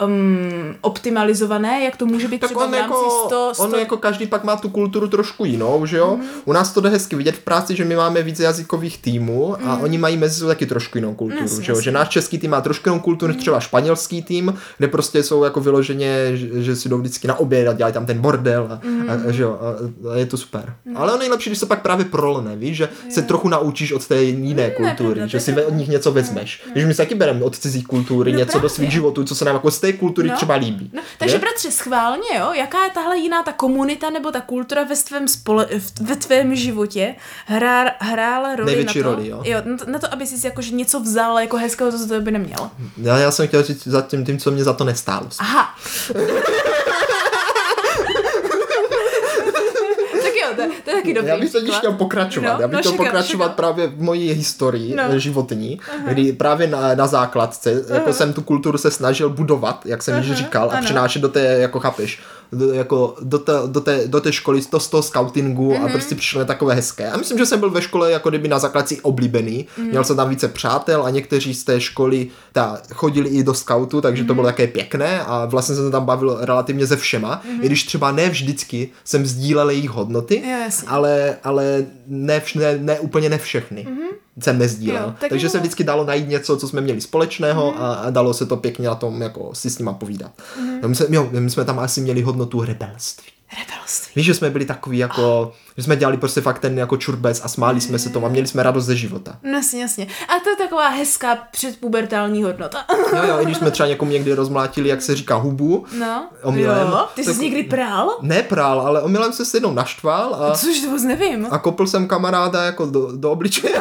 optimalizované, jak to může být tak třeba v rámci 100... Ono jako každý pak má tu kulturu trošku jinou, že jo? U nás to jde hezky vidět v práci, že my máme víc jazykových týmů a oni mají mezi sebou taky trošku jinou kulturu, že jo? Že náš český tým má trošku jinou kulturu než třeba španělský tým, kde prostě jsou jako vyloženě, že si jdou vždycky na oběd a dělají tam ten bordel a že jo? A je to super. Ale ono nejlepší, když se pak právě prolne, víš, že se trochu naučíš od té jiné kultury, že si od nich něco vezmeš. Když my se taky bereme od cizí kultury něco do svých životů, co se nám jako z té kultury třeba líbí. Takže bratře, schválně, jo, jaká je tahle jiná ta komunita nebo ta kultura ve tvém životě hrála roli největší na to, roli, jo? Na to, aby jsi jakože něco vzal jako hezkého, co to by neměl. Já jsem chtěl říct za tím, co mě za to nestálo. Aha. To je taky dobrý. Já bych totiž chtěl pokračovat. Já bych chtěl pokračovat právě v mojí historii životní, kdy právě na základce jako jsem tu kulturu se snažil budovat, jak jsem již říkal, a přinášet do té, jako chápeš, do té školy z toho scoutingu a prostě přišlo takové hezké. A myslím, že jsem byl ve škole jako kdyby na základci oblíbený. Měl jsem tam více přátel a někteří z té školy chodili i do scoutu, takže to bylo také pěkné a vlastně jsem se tam bavil relativně se všema, i když třeba ne vždycky jsem sdílel jejich hodnoty, ale ne úplně ne všechny. Jsem nezdílel. Takže se vždycky dalo najít něco, co jsme měli společného a dalo se to pěkně na tom jako si s nima povídat. My jsme tam asi měli hodnotu rebelství. Víš, že jsme byli takový jako, že jsme dělali prostě fakt ten jako čurbec a smáli jsme se tomu a měli jsme radost ze života. Jasně. A to je taková hezká předpubertální hodnota. Jo, i když jsme třeba někomu někdy rozmlátili, jak se říká, hubu. Omylem. Jo, ty jsi někdy prál? Neprál, ale omylem se s jednou naštval a... Což to vůbec nevím. A kopl jsem kamaráda jako do obličeje.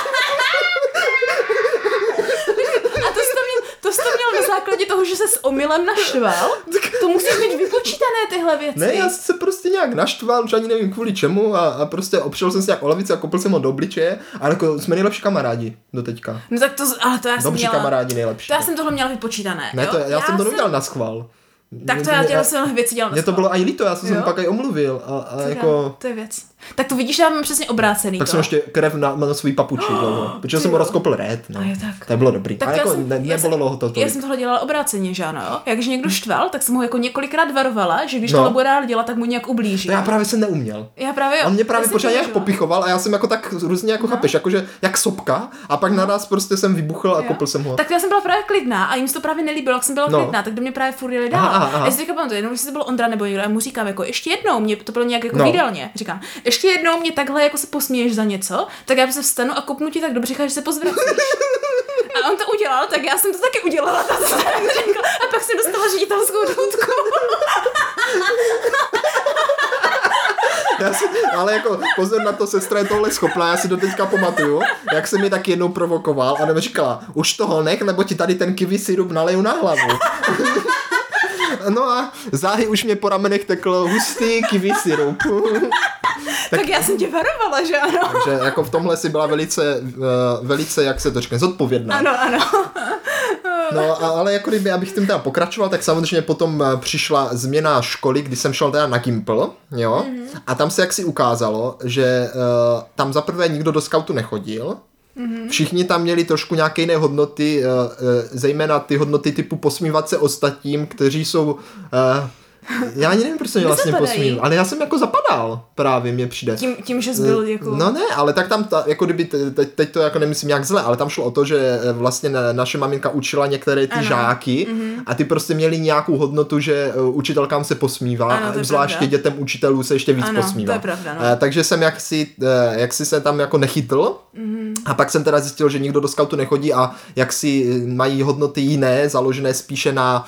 základě toho, že ses omylem naštval, to musíš mít vypočítané tyhle věci. Ne, já se prostě nějak naštval, už ani nevím kvůli čemu a prostě opřel jsem se jak o lavici a kopl jsem ho do obličeje a jako jsme nejlepší kamarádi do teďka. No tak to, ale to já jsem Dobří měla. kamarádi nejlepší. To já jsem tohle měla vypočítané. Ne, jo? já jsem to neudělal na schvál. Tak to já dělal jsem věci dělal na schvál. Mně to bylo aj líto, já jsem pak aj omluvil a jako... To je věc. Tak to vidíš, já mám přesně obrácený. Tak to. jsem ještě krev na svůj papuči dlouho, protože jsem ho rozkopl red. No. Tak. To bylo dobrý. Tak a jako nebolelo ho to tolik. Já jsem tohle dělala obráceně, že ano. Jak když někdo štval, tak jsem ho jako několikrát varovala, že když tohle bude dál dělat, tak mu nějak ublíží. To já právě jsem neuměl. On mě právě pořád nějak popichoval a já jsem jako tak různě jako chápeš, jakože jak sopka a pak naraz prostě jsem vybuchl a kopl jsem ho. Tak já jsem byla právě klidná a jim to právě nelíbilo, jak jsem byla klidná, tak do mě právě furt jeli dál. A já si říkám, jenom jestli to bylo Ondra nebo někdo, a mu říkám jako ještě jednou, mě to bylo nějak jako výdelně. Říkám, ještě jednou mě takhle jako se posměješ za něco, tak já se vstanu a kopnu ti tak do břicha, že se pozvracíš. A on to udělal, tak já jsem to taky udělala. A pak jsem dostala ředitelskou důtku. Ale jako pozor na to, sestra je tohle schopná, já si doteďka pamatuju, jak jsem mi tak jednou provokoval a nebo říkala, už toho nech, nebo ti tady ten kiwi sirup naleju na hlavu. No a záhy už mě po ramenech tekl hustý kiwi sirup. Tak já jsem tě varovala, že ano. Takže jako v tomhle si byla velice, jak se to řekne, zodpovědná. Ano. No, ale jako kdyby, abych tím teda pokračoval, tak samozřejmě potom přišla změna školy, kdy jsem šel teda na Gimpl, jo, a tam se jaksi ukázalo, že tam zaprvé nikdo do skautu nechodil, všichni tam měli trošku nějaké jiné hodnoty, zejména ty hodnoty typu posmívat se ostatním, kteří jsou... Já ani nevím, proč jsem vlastně posmíval, ale já jsem jako zapadal, právě mě přijde. Tím že jsi byl jako... No ne, ale tak tam, jako kdyby, teď to jako nemyslím nějak zle, ale tam šlo o to, že vlastně naše maminka učila některé ty žáky a ty prostě měli nějakou hodnotu, že učitelkám se posmívá a zvláště dětem učitelů se ještě víc posmívá. To je pravda, no. Takže jsem jaksi se tam jako nechytl a pak jsem teda zjistil, že nikdo do skautu nechodí a jaksi mají hodnoty jiné, založené spíše na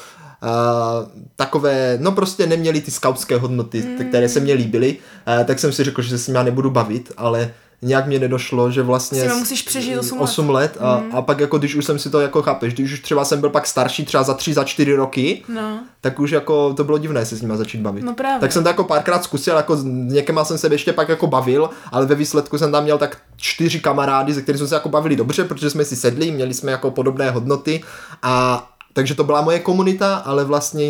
takové, no prostě neměli ty skautské hodnoty, které se mně líbily, tak jsem si řekl, že se s nimi já nebudu bavit, ale nějak mě nedošlo, že vlastně musíš přežít 8 let a pak jako když už jsem si to jako chápeš, když už třeba jsem byl pak starší, třeba za 3-4 roky, tak už jako to bylo divné se s nima začít bavit. No právě. Tak jsem to jako párkrát zkusil, jako s někema jsem se ještě pak jako bavil, ale ve výsledku jsem tam měl tak 4 kamarády, se kterými jsme se jako bavili dobře, protože jsme si sedli, měli jsme jako podobné hodnoty a takže to byla moje komunita, ale vlastně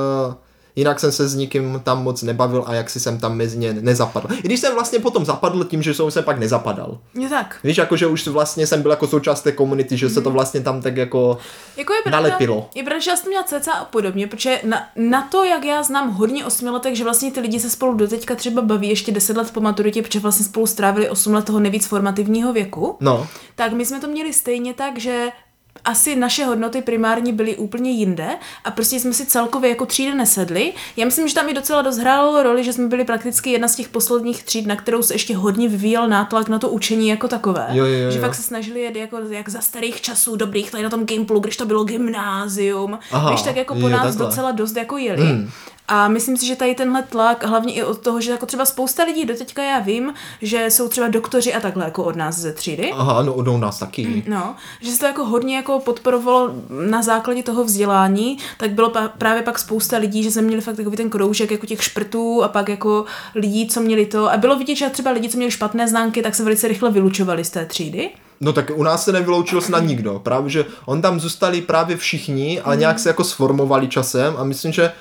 jinak jsem se s nikým tam moc nebavil a jak si jsem tam mezi ně nezapadl. I když jsem vlastně potom zapadl tím, že jsem se pak nezapadal. Je tak. Víš, jako že už vlastně jsem byl jako součást té komunity, že se to vlastně tam tak jako je pravda, nalepilo. Je pravda, že já jsem měla cca a podobně, protože na to, jak já znám hodně 8letek, že vlastně ty lidi se spolu doteďka třeba baví ještě 10 let po maturitě, protože vlastně spolu strávili 8 let toho nejvíc formativního věku. No. Tak my jsme to měli stejně tak, že asi naše hodnoty primárně byly úplně jinde a prostě jsme si celkově jako třída nesedli. Já myslím, že tam i docela dost hrálo roli, že jsme byli prakticky jedna z těch posledních tříd, na kterou se ještě hodně vyvíjel nátlak na to učení jako takové. Jo. Že fakt se snažili jet jako jak za starých časů dobrých tady na tom Gimplu, když to bylo gymnázium. Víš, tak jako po nás takhle docela dost jako jeli. A myslím si, že tady tenhle tlak, hlavně i od toho, že jako třeba spousta lidí, doteďka já vím, že jsou třeba doktoři a takhle jako od nás ze třídy. Aha, no od nás taky. No, že se to jako hodně jako podporovalo na základě toho vzdělání, tak bylo právě pak spousta lidí, že jsme měli fakt takový ten kroužek jako těch šprtů a pak jako lidí, co měli to. A bylo vidět, že třeba lidi, co měli špatné známky, tak se velice rychle vylučovali z té třídy. No tak u nás se nevyloučil snad nikdo, právě že on tam zůstali právě všichni, ale nějak se jako sformovali časem a myslím, že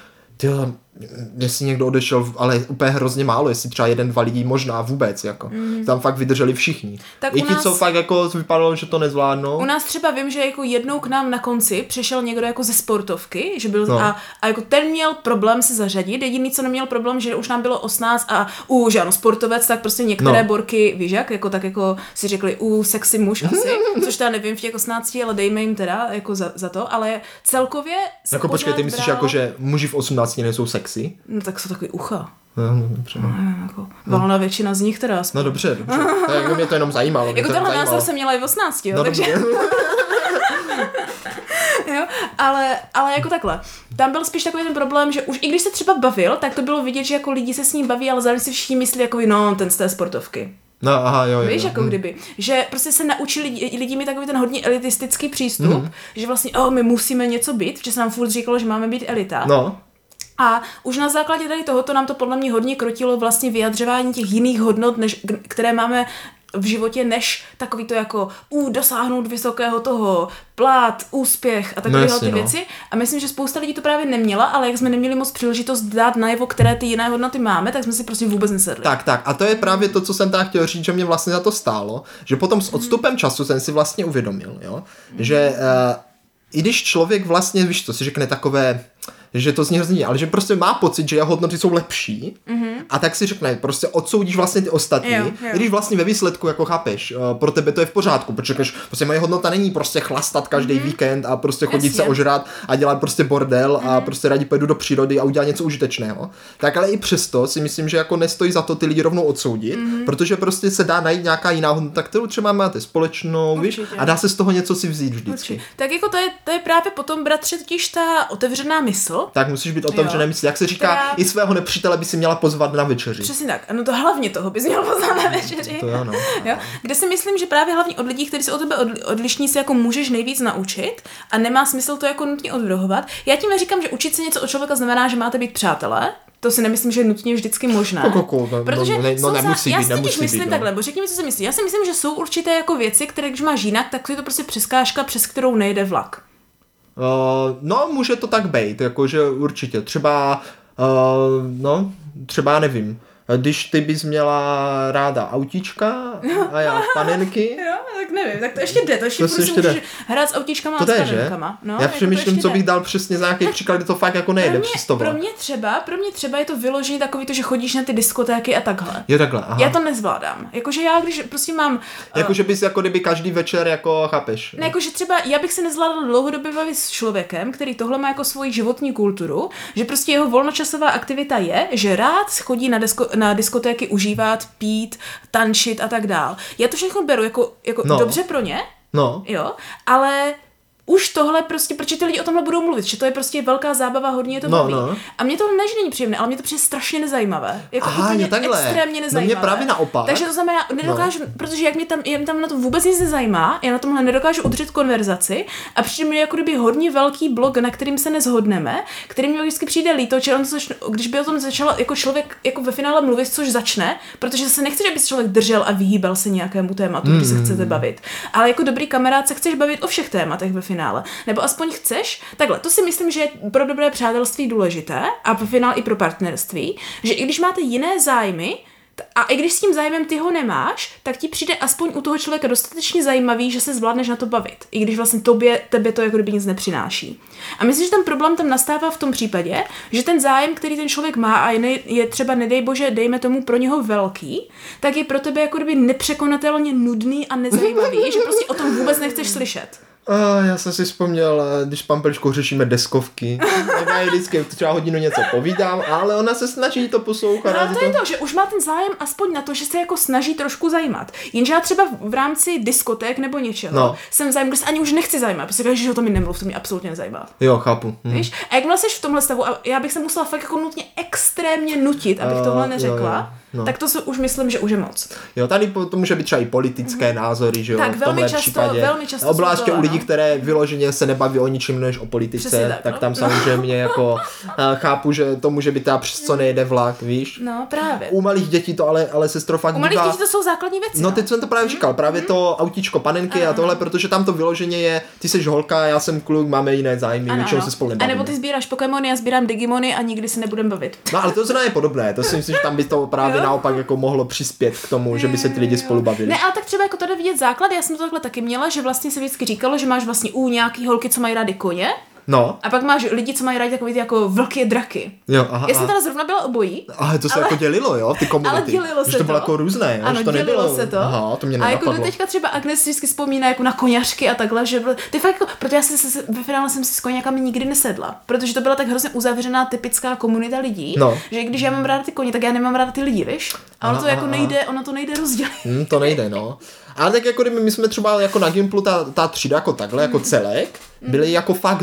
jestli někdo odešel, ale úplně hrozně málo, jestli třeba 1-2 lidí možná vůbec, jako. Tam fakt vydrželi všichni. Tak i ti, co fakt jako vypadalo, že to nezvládnou. U nás třeba vím, že jako jednou k nám na konci přišel někdo jako ze sportovky, že byl a jako ten měl problém se zařadit, jediný, co neměl problém, že už nám bylo 18 a že ano, sportovec, tak prostě některé borky, víš jak, jako tak jako si řekli, sexy muž asi, což teda nevím v těch 18, ale dejme jim teda jako za to, ale celkově se jako počkej, ty myslíš jako, že muži v 18 nejsou sexy? No tak jsou takový ucha. Dobře. Jako valná většina z nich teda. No dobře. Tak mě to jenom zajímalo. Jako tenhle názor jsem měla i v 18, jo, takže... jo, ale jako takhle. Tam byl spíš takový ten problém, že už i když se třeba bavil, tak to bylo vidět, že jako lidi se s ním baví, ale zároveň si všichni myslí jako ten z té sportovky. No, aha, jo. Víš, jako kdyby. Že prostě se naučili lidi mít takový ten hodně elitistický přístup, že vlastně, my musíme něco být, protože se nám furt říkalo, že máme být elita. No. A už na základě tady tohoto nám to podle mě hodně krotilo vlastně vyjadřování těch jiných hodnot, které máme v životě, než takový to jako dosáhnout vysokého toho, plát, úspěch a takovéhle ty věci. A myslím, že spousta lidí to právě neměla, ale jak jsme neměli moc příležitost dát najevo, které ty jiné hodnoty máme, tak jsme si prostě vůbec nesedli. Tak. A to je právě to, co jsem tam chtěl říct, že mě vlastně za to stálo, že potom s odstupem času jsem si vlastně uvědomil, jo, že i když člověk vlastně, víš co, si řekne takové že to zní hrozně, ale že prostě má pocit, že jeho hodnoty jsou lepší a tak si řekne, prostě odsoudíš vlastně ty ostatní, když vlastně ve výsledku jako chápeš, pro tebe to je v pořádku, protože prostě moje hodnota není prostě chlastat každý víkend a prostě chodit se ožrat a dělat prostě bordel a prostě rádi pojedu do přírody a udělat něco užitečného. Tak ale i přesto si myslím, že jako nestojí za to ty lidi rovnou odsoudit, protože prostě se dá najít nějaká jiná hodnota, kterou třeba máte společnou, víš, a dá se z toho něco si vzít vždycky. Určitě. Tak jako to je právě potom, bratře, totiž ta otevřená mysl. Tak musíš být otevřená mysl. Jak se říká, i svého nepřítele by si měla pozvat na večeři. Přesně tak. No to hlavně toho bys měla pozvat na večeři. To jo, no. Jo? Kde si myslím, že právě hlavně od lidí, kteří se od tebe odlišní, se jako můžeš nejvíc naučit a nemá smysl to jako nutně odvrhovat. Já tím neříkám, že učit se něco od člověka znamená, že máte být přátelé. To si nemyslím, že je nutně vždycky možné. Protože nemusí já být, si totiž myslím takhle, bo řekni mi, co si myslíš. Já si myslím, že jsou určité jako věci, které když máš jinak, tak je to prostě přeskážka, přes kterou nejde vlak. No, může to tak být, jakože určitě. Třeba nevím. Když ty bys měla ráda autíčka a já panenky. Jo, tak nevím, tak to ještě jde, to ještě můžeš hrát s autíčkama a s panenkama. No, já přemýšlím, co bych dal přesně za nějaký příklad, kde to fakt jako nejde přes to. Pro mě třeba je to vyložený takový to, že chodíš na ty diskotéky a takhle. Je takhle, aha. Já to nezvládám. Jakože já, když prostě mám... Jakože bys jako kdyby každý večer jako chápeš. Ne, jakože třeba já bych se nezvládla dlouhodobě bavit s člověkem, který tohle má jako svoji životní kulturu, že prostě jeho volnočasová aktivita je, že rád chodí na diskotéky užívat, pít, tančit a tak dál. Já to všechno beru jako dobře pro ně, jo, ale už tohle prostě, protože ty lidi o tomhle budou mluvit, že to je prostě velká zábava, hodně je to baví. A mě to než není příjemné, ale mě to přijde strašně nezajímavé. Jako úplně extrémně nezajímavé. No mě právě naopak. Takže to znamená, nedokážu, protože jak mě tam na to vůbec nic nezajímá, já na tomhle nedokážu udržet konverzaci a přijde mi jako kdyby hodně velký blok, na kterým se neshodneme, který mi vždycky přijde líto, když by o tom začal jako člověk jako ve finále mluvit, což začne, protože se nechce, aby se člověk držel a vyhýbal se nějakému tématu, když se chcete bavit. Ale jako dobrý kamarád se chceš bavit o všech tématech ve finále. Nebo aspoň chceš, takhle, to si myslím, že je pro dobré přátelství důležité a pro finále i pro partnerství, že i když máte jiné zájmy a i když s tím zájmem ty ho nemáš, tak ti přijde aspoň u toho člověka dostatečně zajímavý, že se zvládneš na to bavit. I když vlastně tebe to jako kdyby nic nepřináší. A myslím, že ten problém tam nastává v tom případě, že ten zájem, který ten člověk má a je třeba, nedej bože, dejme tomu pro něho velký, tak je pro tebe jako kdyby nepřekonatelně nudný a nezajímavý, že prostě o tom vůbec nechceš slyšet. Já jsem si vzpomněl, když s Pampeličkou řešíme deskovky, tak já vždycky třeba hodinu něco povídám, ale ona se snaží to poslouchat. No to je to, že už má ten zájem aspoň na to, že se jako snaží trošku zajímat. Jenže já třeba v rámci diskoték nebo něčeho jsem zájem, kde se ani už nechci zajímat, protože říkáš, že o tom mi nemluv, to mě absolutně nezajímá. Jo, chápu. Víš? A jakmile jsi v tomhle stavu, a já bych se musela fakt jako nutně extrémně nutit, abych tohle neřekla, tak to si už myslím, že už je moc. Jo, tady to může být třeba i politické názory, že jo, tak v tomhle případě. Velmi často obzvláště u lidí, které vyloženě se nebaví o ničem než o politice, tak tam samozřejmě jako chápu, že to může být ta přes co nejde vlak, víš? No, právě. U malých dětí to ale sestra fakt u malých dětí to jsou základní věci. No, teď jsem to právě říkal, právě to autíčko, panenky a tohle, protože tam to vyloženě je, ty jsi holka, já jsem kluk, máme jiné zájmy, většinou se spolu nebavíme. A nebo ty sbíráš Pokémony, já sbírám Digimony a nikdy se nebudeme bavit. No, ale to zrovna je podobné, to si myslím, že tam by to právě naopak jako mohlo přispět k tomu, že by se ty lidi spolu bavili. Ne, ale tak třeba jako tady vidět základ, já jsem to takhle taky měla, že vlastně se vždycky říkalo, že máš vlastně nějaký holky, co mají rády koně. No. A pak máš lidi, co mají rádi takový ty jako vlky draky. Jo, aha. Já jsem teda zrovna byla obojí. Ale to se jako dělilo, jo, ty komunity. Ale dělilo se to bylo jako různé, jo, ano, to nebylo. Se to. Aha, to mě nenapadlo. A jako teďka třeba Agnes vždycky vzpomíná jako na koňařky a takhle, že ty fakt jako, protože ve finále jsem si s koňákami nikdy nesedla, protože to byla tak hrozně uzavřená typická komunita lidí, že když já mám ráda ty koně, tak já nemám ráda ty lidi, víš? A ono to nejde rozdělit. To nejde, no. Ale tak jako kdyby my jsme třeba jako na Gimplu ta třída jako takhle, jako celek, byly jako fakt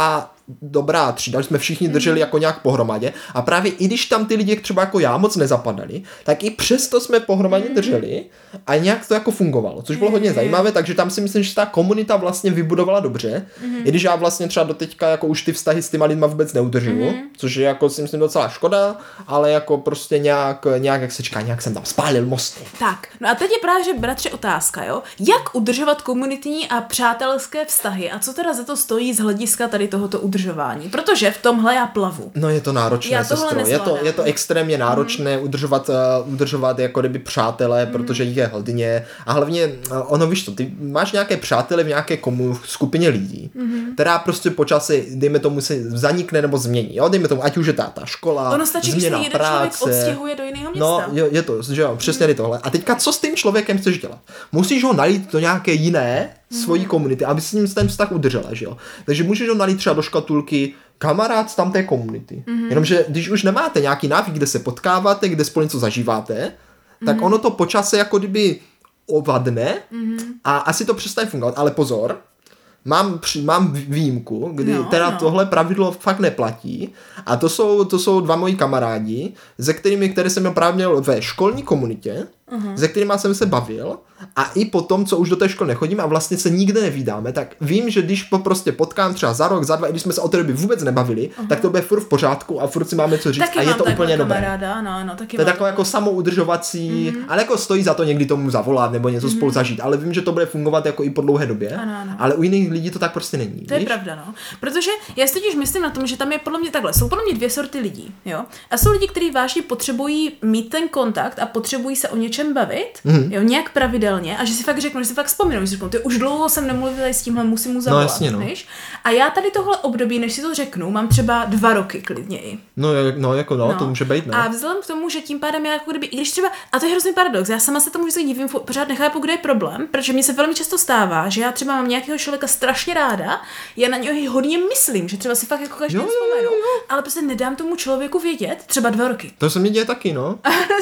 dobrá třída, že jsme všichni drželi jako nějak pohromadě a právě i když tam ty lidi třeba jako já moc nezapadali, tak i přesto jsme pohromadě drželi a nějak to jako fungovalo, což bylo hodně zajímavé, takže tam si myslím, že ta komunita vlastně vybudovala dobře, i když já vlastně třeba doteďka jako už ty vztahy s těma lidma vůbec neudržuju, což je jako si myslím docela škoda, ale jako prostě nějak jak se říká, nějak jsem tam spálil mosty. Tak, no a teď je právě, že bratře, otázka, jo, jak udržovat komunitní a přátelské vztahy a co teda za to stojí z hlediska tady tohoto udržování udržování, protože v tomhle já plavu. No je to náročné, sestro. Je to extrémně náročné udržovat jako kdyby přátelé, protože jich je hodně a hlavně ono víš to, ty máš nějaké přátele v nějaké skupině lidí, která prostě po čase, dejme tomu, se zanikne nebo změní, jo, dejme tomu, ať už je ta škola, ono stačí, změna když se jeden člověk odstěhuje do jiného města. No, je to, že jo, přesně tohle. A teďka co s tím člověkem chceš dělat? Musíš ho nalít do nějaké jiné svojí komunity, aby s ním ten vztah udržela, že jo. Takže můžeš ho nalít třeba do škatulky kamarád z tamté komunity. Jenomže když už nemáte nějaký návyk, kde se potkáváte, kde spolu něco zažíváte, tak ono to po čase jako kdyby ovadne a asi to přestane fungovat. Ale pozor, mám výjimku, kdy tohle pravidlo fakt neplatí a to jsou dva moji kamarádi, které jsem právě měl ve školní komunitě, se kterými jsem se bavil a i potom, co už do té školy nechodím a vlastně se nikde nevídáme, tak vím, že když prostě potkám třeba za rok, za dva, i když jsme se o té době vůbec nebavili, tak to bude furt v pořádku a furt si máme co říct taky a je to úplně dobré. Taky to je takové jako samoudržovací, ale jako stojí za to někdy tomu zavolat nebo něco spolu zažít, ale vím, že to bude fungovat jako i po dlouhé době, ale u jiných lidí to tak prostě není. To je pravda, no. Protože já si totiž myslím na tom, že tam je podle mě takhle, jsou podle mě dvě sorty lidí, jo. A jsou lidi, kteří vážně potřebují mít ten kontakt a potřebují se o něčem bavit, jo, nějak pravidelně a že si fakt řeknu, že si fakt vzpomínou, že si řeknu, ty už dlouho jsem nemluvila s tímhle, musím mu zavolat, jasně, no. Víš? A já tady tohle období, než si to řeknu, mám třeba 2 roky klidně i. To může být, no. A vzhledem k tomu, že tím pádem já jako kdyby, i když třeba, a to je hrozný paradox, já sama se tomu vždycky divím, pořád nechápu, kde je problém, protože mi se velmi často stává, že já třeba mám nějakého člověka strašně ráda, já na něj hodně myslím, že třeba si fakt jako každý vzpomenu, ale prostě nedám tomu člověku vědět, třeba 2 roky. To se mi děje taky, no.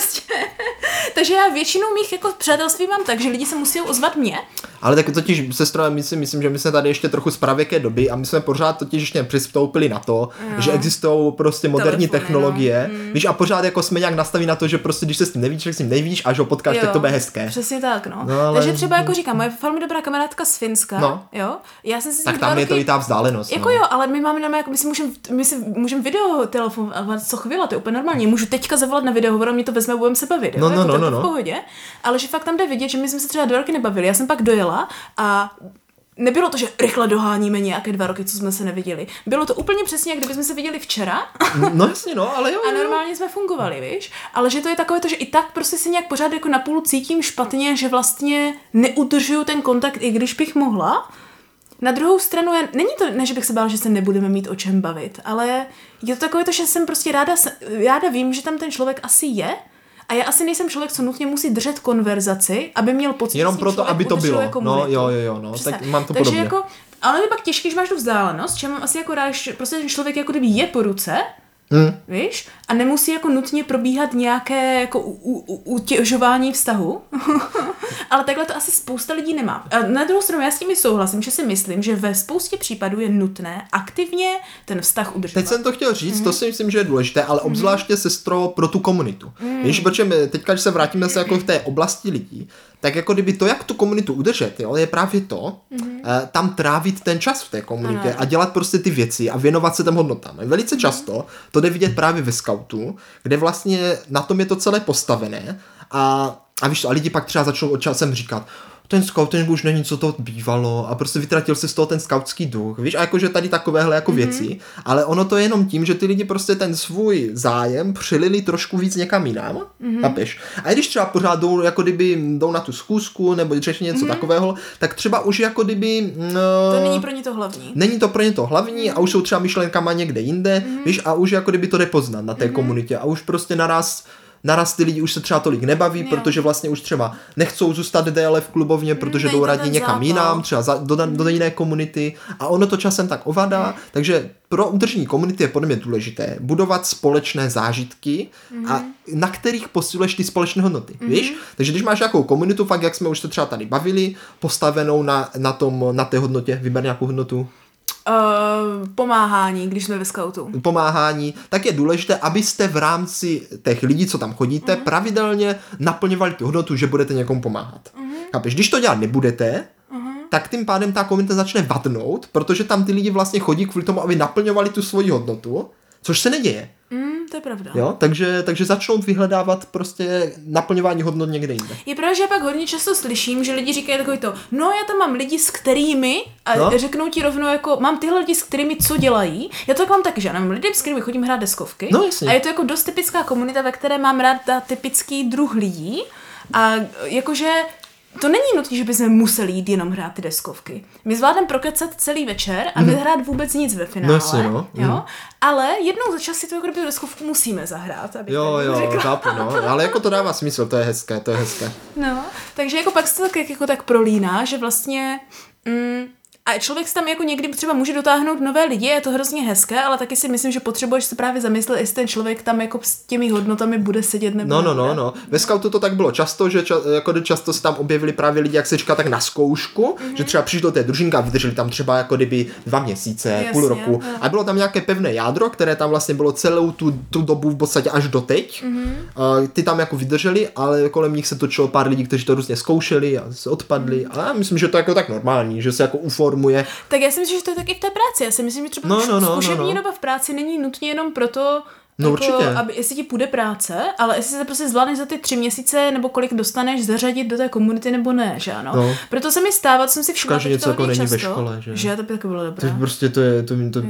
Takže já většinou mých jako přátelství mám tak, že lidi se musí ozvat mě. Ale tak totiž, sestro, myslím, že my jsme tady ještě trochu z pravěké doby a my jsme pořád totiž ještě přistoupili na to, že existují prostě moderní technologie. Víš, a pořád jako jsme nějak nastaví na to, že prostě když se s tím nevíš, tak s tím nevíš a že ho potkáš, tak to bude hezké. Přesně tak, no. Ale... Takže třeba jako říkám, moje velmi dobrá kamarádka z Finska, jo. Já jsem si tak tam je to i ta vzdálenost. Jako jo, ale my máme jako my si můžeme video telefonovat co chvíli, to je úplně normální. Můžu teďka zavolat na videohovor, mě to vezme, budeme se bavit. V pohodě, ale že fakt tam jde vidět, že my jsme se třeba 2 roky nebavili. Já jsem pak dojela a nebylo to, že rychle doháníme nějaké 2 roky, co jsme se neviděli. Bylo to úplně přesně, jak kdybychom se viděli včera. No jasně, no, ale jo. A normálně jsme fungovali, víš? Ale že to je takové to, že i tak prostě si nějak pořád jako napůl cítím špatně, že vlastně neudržuju ten kontakt, i když bych mohla. Na druhou stranu, není to, ne, že bych se bála, že se nebudeme mít o čem bavit, ale je to takové to, že jsem prostě ráda vím, že tam ten člověk asi je. A já asi nejsem člověk, co nutně musí držet konverzaci, aby měl pocit, jenom proto, aby to bylo. No, jo, no, tak mám to podobně. Jako, ale je pak těžké, že máš tu vzdálenost, že mám asi jako rád, že prostě ten člověk jako kdyby je po ruce, víš, a nemusí jako nutně probíhat nějaké jako utěžování vztahu, ale takhle to asi spousta lidí nemá. A na druhou stranu já s tím souhlasím, že si myslím, že ve spoustě případů je nutné aktivně ten vztah udržovat. Teď jsem to chtěl říct, to si myslím, že je důležité, ale obzvláště, sestro, pro tu komunitu. Víš, protože teďka, když se vrátíme se jako v té oblasti lidí, tak jako kdyby to, jak tu komunitu udržet, jo, je právě to, tam trávit ten čas v té komunitě a dělat prostě ty věci a věnovat se těm hodnotám. Velice často to jde vidět právě ve skautu, kde vlastně na tom je to celé postavené a víš, a lidi pak třeba začnou časem říkat, ten scouting už není, co to bývalo a prostě vytratil se z toho ten skautský duch, víš, a jakože tady takovéhle jako věci, ale ono to je jenom tím, že ty lidi prostě ten svůj zájem přilili trošku víc někam jinam, chápeš? A když třeba pořád jdou na tu schůzku nebo řeší něco takového, tak třeba už jako kdyby... to není pro ně to hlavní. Není to pro ně to hlavní a už jsou třeba myšlenkama někde jinde, víš, a už jako kdyby to jde poznat na té komunitě a už prostě naraz ty lidi už se třeba tolik nebaví, protože vlastně už třeba nechcou zůstat déle v klubovně, protože jdou raději někam jinam, třeba do jiné komunity a ono to časem tak ovadá, takže pro udržení komunity je podle mě důležité budovat společné zážitky, a na kterých posiluješ ty společné hodnoty, víš? Takže když máš nějakou komunitu, fakt jak jsme už se třeba tady bavili, postavenou na té hodnotě, vyber nějakou hodnotu. Pomáhání, když jsme ve skautu. Pomáhání, tak je důležité, abyste v rámci těch lidí, co tam chodíte, pravidelně naplňovali tu hodnotu, že budete někomu pomáhat. Chápeš? Když to dělat nebudete, tak tím pádem ta komunita začne vadnout, protože tam ty lidi vlastně chodí kvůli tomu, aby naplňovali tu svoji hodnotu, což se neděje. To je pravda. Jo, takže začnout vyhledávat prostě naplňování hodnot někde jinde. Je pravda, že já pak hodně často slyším, že lidi říkají takový to, no já tam mám lidi, s kterými, a řeknou ti rovnou jako, mám tyhle lidi, s kterými co dělají. Já to tak mám taky, že já mám lidi, s kterými chodím hrát deskovky. No, jasně. A je to jako dost typická komunita, ve které mám rád typický druh lidí. A jakože to není nutné, že bychom museli jít jenom hrát ty deskovky. My zvládneme prokecat celý večer a nehrát vůbec nic ve finále. Jo? Ale jednou za čas si tu jako deskovku musíme zahrát. Jo, chápu, ale jako to dává smysl, to je hezké. No, takže jako pak se to tak prolíná, že vlastně... A člověk si tam jako někdy třeba může dotáhnout nové lidi, je to hrozně hezké, ale taky si myslím, že potřebuješ se právě zamyslet, jestli ten člověk tam jako s těmi hodnotami bude sedět nebo nebude. No. Ve Scoutu to tak bylo často, že často se tam objevili právě lidi, jak se říká, tak na zkoušku, že třeba přišli do té družinky a vydrželi tam třeba jako kdyby 2 měsíce, půl roku. A bylo tam nějaké pevné jádro, které tam vlastně bylo celou tu dobu v podstatě až do teď. Ty tam jako vydrželi, ale kolem nich se točilo pár lidí, kteří to různě zkoušeli a se odpadli. A já myslím, že to je jako tak normální, že se jako uformuje. Tak já si myslím, že to je taky v té práci. Já si myslím, že třeba zkušební doba v práci není nutně jenom proto, aby jestli ti půjde práce, ale jestli se prostě zvládneš za ty 3 měsíce nebo kolik dostaneš zařadit do té komunity nebo ne, že ano. No. Proto se mi stává, co jsem si všimla něco jako není často, ve škole, že to by taky bylo dobré. Prostě to je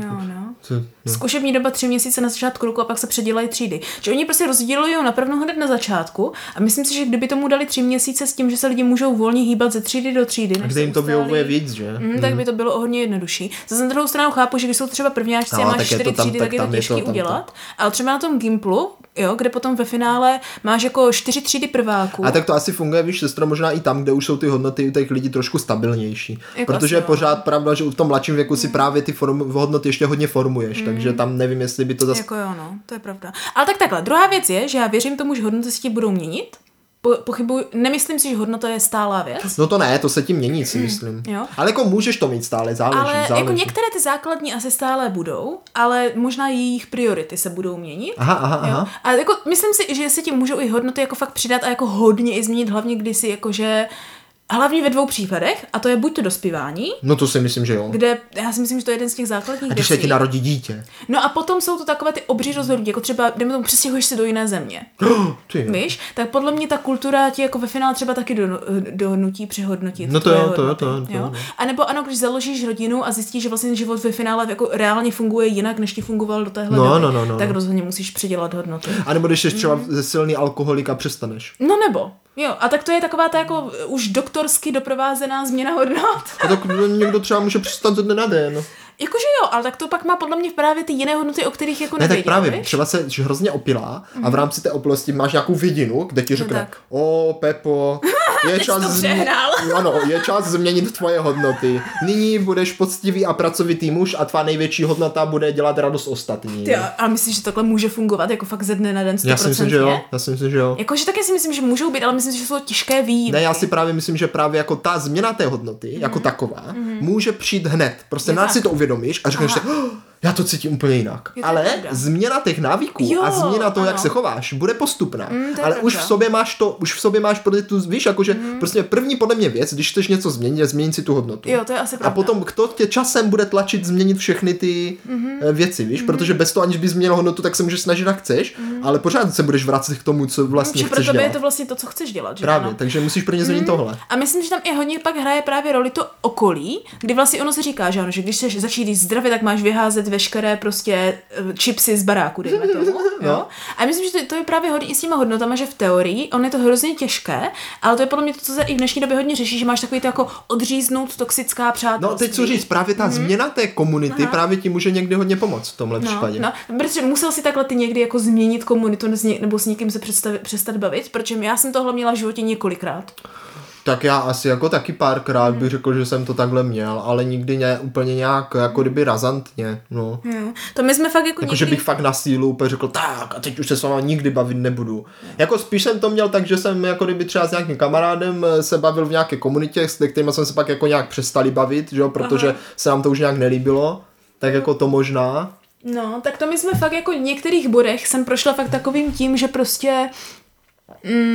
Zkušební doba 3 měsíce na začátku roku a pak se předělají třídy. Že oni prostě rozdělují napravno hned na začátku a myslím si, že kdyby tomu dali 3 měsíce s tím, že se lidi můžou volně hýbat ze třídy do třídy, a kde jim to vyhovuje víc, že? Tak by to bylo hodně jednodušší. Zase na druhou stranu chápu, že když jsou třeba prvňáčci a máš 4 třídy, tak je to těžké udělat. Ale třeba na tom Gimplu, jo, kde potom ve finále máš jako 4 třídy prváků. A tak to asi funguje, víš, sestro, možná i tam, kde už jsou ty hodnoty u těch lidí trošku stabilnější. Jako protože je pořád pravda, že v tom mladším věku si právě ty hodnoty ještě hodně formuješ, takže tam nevím, jestli by to zase... Jako jo, no, to je pravda. Ale takhle, druhá věc je, že já věřím tomu, že hodnoty se ti budou měnit. Pochybuji, nemyslím si, že hodnota je stálá věc. No to ne, to se tím mění, si myslím. Jo. Ale jako můžeš to mít stále, záleží. Jako některé ty základní asi stále budou, ale možná jejich priority se budou měnit. Aha. A jako myslím si, že se tím můžou i hodnoty jako fakt přidat a jako hodně i změnit, hlavně když si jakože hlavně ve 2 případech, a to je buď to dospívání. No to si myslím, že jo. Kde, já si myslím, že to je jeden z těch základních věcí. A když se ti narodí dítě. No a potom jsou to takové ty obří rozhodnutí, jako třeba, dejme tomu, přestěhuješ se do jiné země. Víš? Tak podle mě ta kultura ti jako ve finále třeba taky donutí přehodnotit. No to jo. A nebo ano, když založíš rodinu a zjistíš, že vlastně život ve finále jako reálně funguje jinak, než ti fungoval do téhle doby, tak rozhodně musíš předělat hodnoty. A nebo když jsi třeba ze silný alkoholik a přestaneš. No nebo. Jo, a tak to je taková ta jako už doktorsky doprovázená změna hodnot. A tak někdo třeba může přestat ze dne na den. Jakože jo, ale tak to pak má podle mě právě ty jiné hodnoty, o kterých jako nevěděl. Ne, tak právě, třeba se hrozně opilá a v rámci té opilosti máš nějakou vidinu, kde ti řekne, Pepo, je čas změnit tvoje hodnoty. Nyní budeš poctivý a pracovitý muž a tvá největší hodnota bude dělat radost ostatním. A myslíš, že takhle může fungovat jako fakt ze dne na den 100%? Já si myslím, že jo. Jakože taky si myslím, že můžou být, ale myslím, že jsou těžké výjimky. Ne, já si právě myslím, že právě jako ta změna té hodnoty, jako taková, může přijít hned. Prostě nás si to uvědomíš a řekneš si, já to cítím úplně jinak. Ale změna těch návyků a změna toho, jak se chováš, bude postupná. Ale už v sobě máš prostě tu, víš, jakože prostě první podle mě věc, když chceš něco změnit, je změnit si tu hodnotu. Jo, to je asi pravda. A potom kdo tě časem bude tlačit změnit všechny ty věci, víš, protože bez toho, aniž bys změnil hodnotu, tak se můžeš snažit, jak chceš, ale pořád se budeš vracet k tomu, co vlastně chceš dělat. Pro tebe je to vlastně to, co chceš dělat, že? Právě, takže musíš pro ně změnit tohle. A myslím, že tam i hodně pak hraje právě roli to okolí, kdy vlastně ono se říká, že ano, že když se začínáš zdravě, tak máš vyházet veškeré prostě chipsy z baráku, dejme tomu. Jo? A myslím, že to je právě hodně i s těma hodnotama, že v teorii on je to hrozně těžké, ale to je podle mě to, co se i v dnešní době hodně řeší, že máš takový to jako odříznout toxická přátelství. No teď co říct, právě ta změna té komunity právě ti může někdy hodně pomoct v tomhle případě. No, protože musel si takhle ty někdy jako změnit komunitu nebo s někým se přestat bavit, protože já jsem tohle měla v životě několikrát. Tak já asi jako taky párkrát bych řekl, že jsem to takhle měl, ale nikdy ne úplně nějak jako kdyby razantně, no. To my jsme fakt jako někdy... že bych fakt na sílu úplně řekl, tak a teď už se s váma nikdy bavit nebudu. Jako spíš jsem to měl tak, že jsem jako kdyby třeba s nějakým kamarádem se bavil v nějaké komunitě, s kterými jsme se pak jako nějak přestali bavit, že jo, protože se nám to už nějak nelíbilo, tak jako to možná. No, tak to my jsme fakt jako v některých bodech jsem prošla fakt takovým tím, že prostě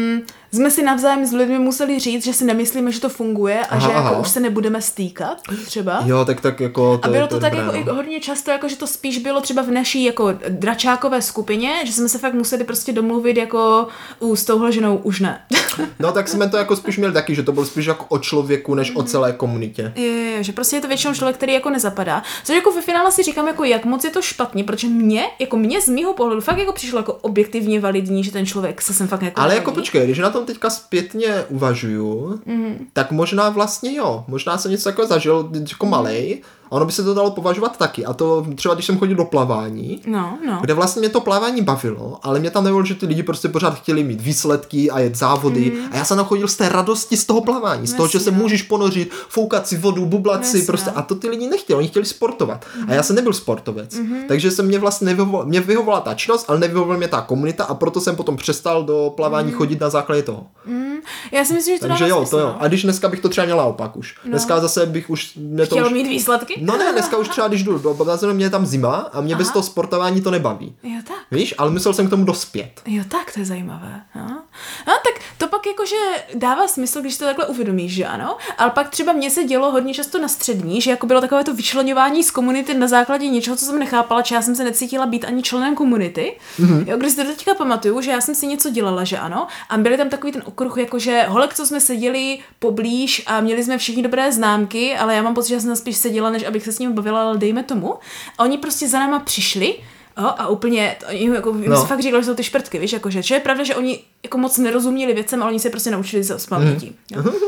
jsme si navzájem s lidmi museli říct, že si nemyslíme, že to funguje a že jako už se nebudeme stýkat třeba. Jo, tak jako a bylo to tak jako i hodně často, jako že to spíš bylo třeba v naší jako dračákové skupině, že jsme se fakt museli prostě domluvit jako s touhle ženou už ne. No tak jsme to jako spíš měli taky, že to bylo spíš jako o člověku, než o celé komunitě. Je, že prostě je to většinou člověk, který jako nezapadá. Což jako ve finále si říkám, jako jak moc je to špatně, protože mě z mýho pohledu fakt jako přišlo jako objektivně validní, že ten člověk se sem fakt jako ale jako počkej, když na tom teďka zpětně uvažuju, tak možná vlastně jo, možná jsem něco takového zažil jako malej, a ono by se to dalo považovat taky. A to třeba, když jsem chodil do plavání, kde vlastně mě to plavání bavilo, ale mě tam nebylo, že ty lidi prostě pořád chtěli mít výsledky a jet závody. A já jsem tam chodil z té radosti z toho plavání, z toho, že se můžeš ponořit, foukat si vodu, bublat si prostě. A to ty lidi nechtěli, oni chtěli sportovat. A já jsem nebyl sportovec. Takže se mě vlastně mě vyhovovala ta činnost, ale nevyhovovala mě ta komunita a proto jsem potom přestal do plavání chodit na základě toho. Já si myslím, že to takže jo, to jo. A když dneska bych to třeba měla opak už. Dneska zase bych už chtěl mít výsledky? No ne, dneska už třeba, když jdu do bazénu, mě je tam zima a mě bez toho sportování to nebaví. Jo, tak. Víš, ale musel jsem k tomu dospět. Jo, tak, to je zajímavé. No, tak to pak jakože dává smysl, když to takhle uvědomíš, že ano? Ale pak třeba mně se dělo hodně často na střední, že jako bylo takové to vyčleňování z komunity na základě něčeho, co jsem nechápala, že já jsem se necítila být ani členem komunity. Jo, když si to teďka pamatuju, že já jsem si něco dělala, že ano? A byli tam takový ten okruh, jakože holek, co jsme seděli poblíž a měli jsme všichni dobré známky, ale já mám pocit, že jsem spíš seděla, než abych se s ním bavila, ale dejme tomu. A oni prostě za náma přišli a úplně, jako, si fakt říkali, že jsou ty šprtky, víš, jakože, že je pravda, že oni jako moc nerozuměli věcem, ale oni se prostě naučili z paměti.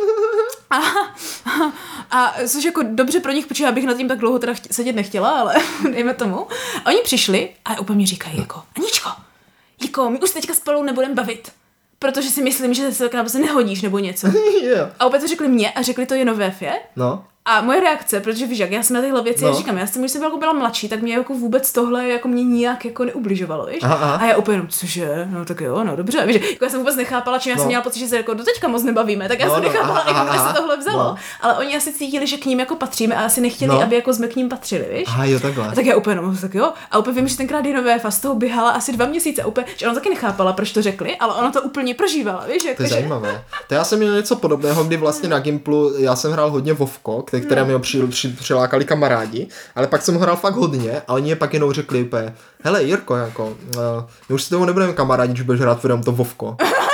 A což jako dobře pro nich, protože já bych nad tím tak dlouho teda sedět nechtěla, ale dejme tomu. A oni přišli a úplně mi říkají jako, Aničko, jako, my už teďka spolu nebudeme bavit. Protože si myslím, že se tak prostě nehodíš nebo něco. Yeah. A opět to řekli mě a řekli to Jenové Fě. No. A moje reakce, protože víš, jak já jsem na tyhle věci, já říkám, já jsem, když jsem byla mladší, tak mě jako vůbec tohle jako mě nijak jako neubližovalo, víš? A já úplně, cože, no tak jo, no dobře, víš, jako já jsem vůbec nechápala, čím já jsem měla pocit, že se jako do teďka moc nebavíme, tak já jsem nechápala, jako kde se tohle vzalo. No. Ale oni asi cítili, že k ním jako patříme a asi nechtěli, aby jako jsme k ním patřili, víš? Aha, jo, takhle. A tak já úplně, no tak jo. A úplně vím, že tenkrát Jenové Fě z toho běhala asi 2 měsíce, úplně, že ona taky nechápala, proč to řekli, ale ona to úplně prožívala, víš? To je zajímavé. To já jsem měl něco podobného, kdy vlastně na Gimplu já jsem hrál hodně Vovko, které mi přilákali kamarádi, ale pak jsem hrál fakt hodně a oni mě pak jenom řekli úplně, hele Jirko, jako, my už s tebou nebudeme kamarádi, když budeš hrát jenom to Vovko.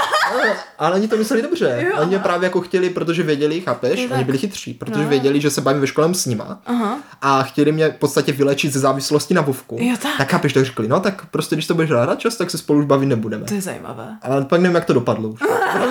Ale oni to mysleli dobře. Jo, oni mě právě jako chtěli, protože věděli, chápeš, oni byli chytří, protože věděli, že se bavím ve škole s nima a chtěli mě v podstatě vylečit ze závislosti na Vovku. Tak chápeš, tak řekli, no tak prostě když to budeš hrát čas, tak se spolu už bavit nebudeme. To je zajímavé. Ale pak nevím, jak to dopadlo už.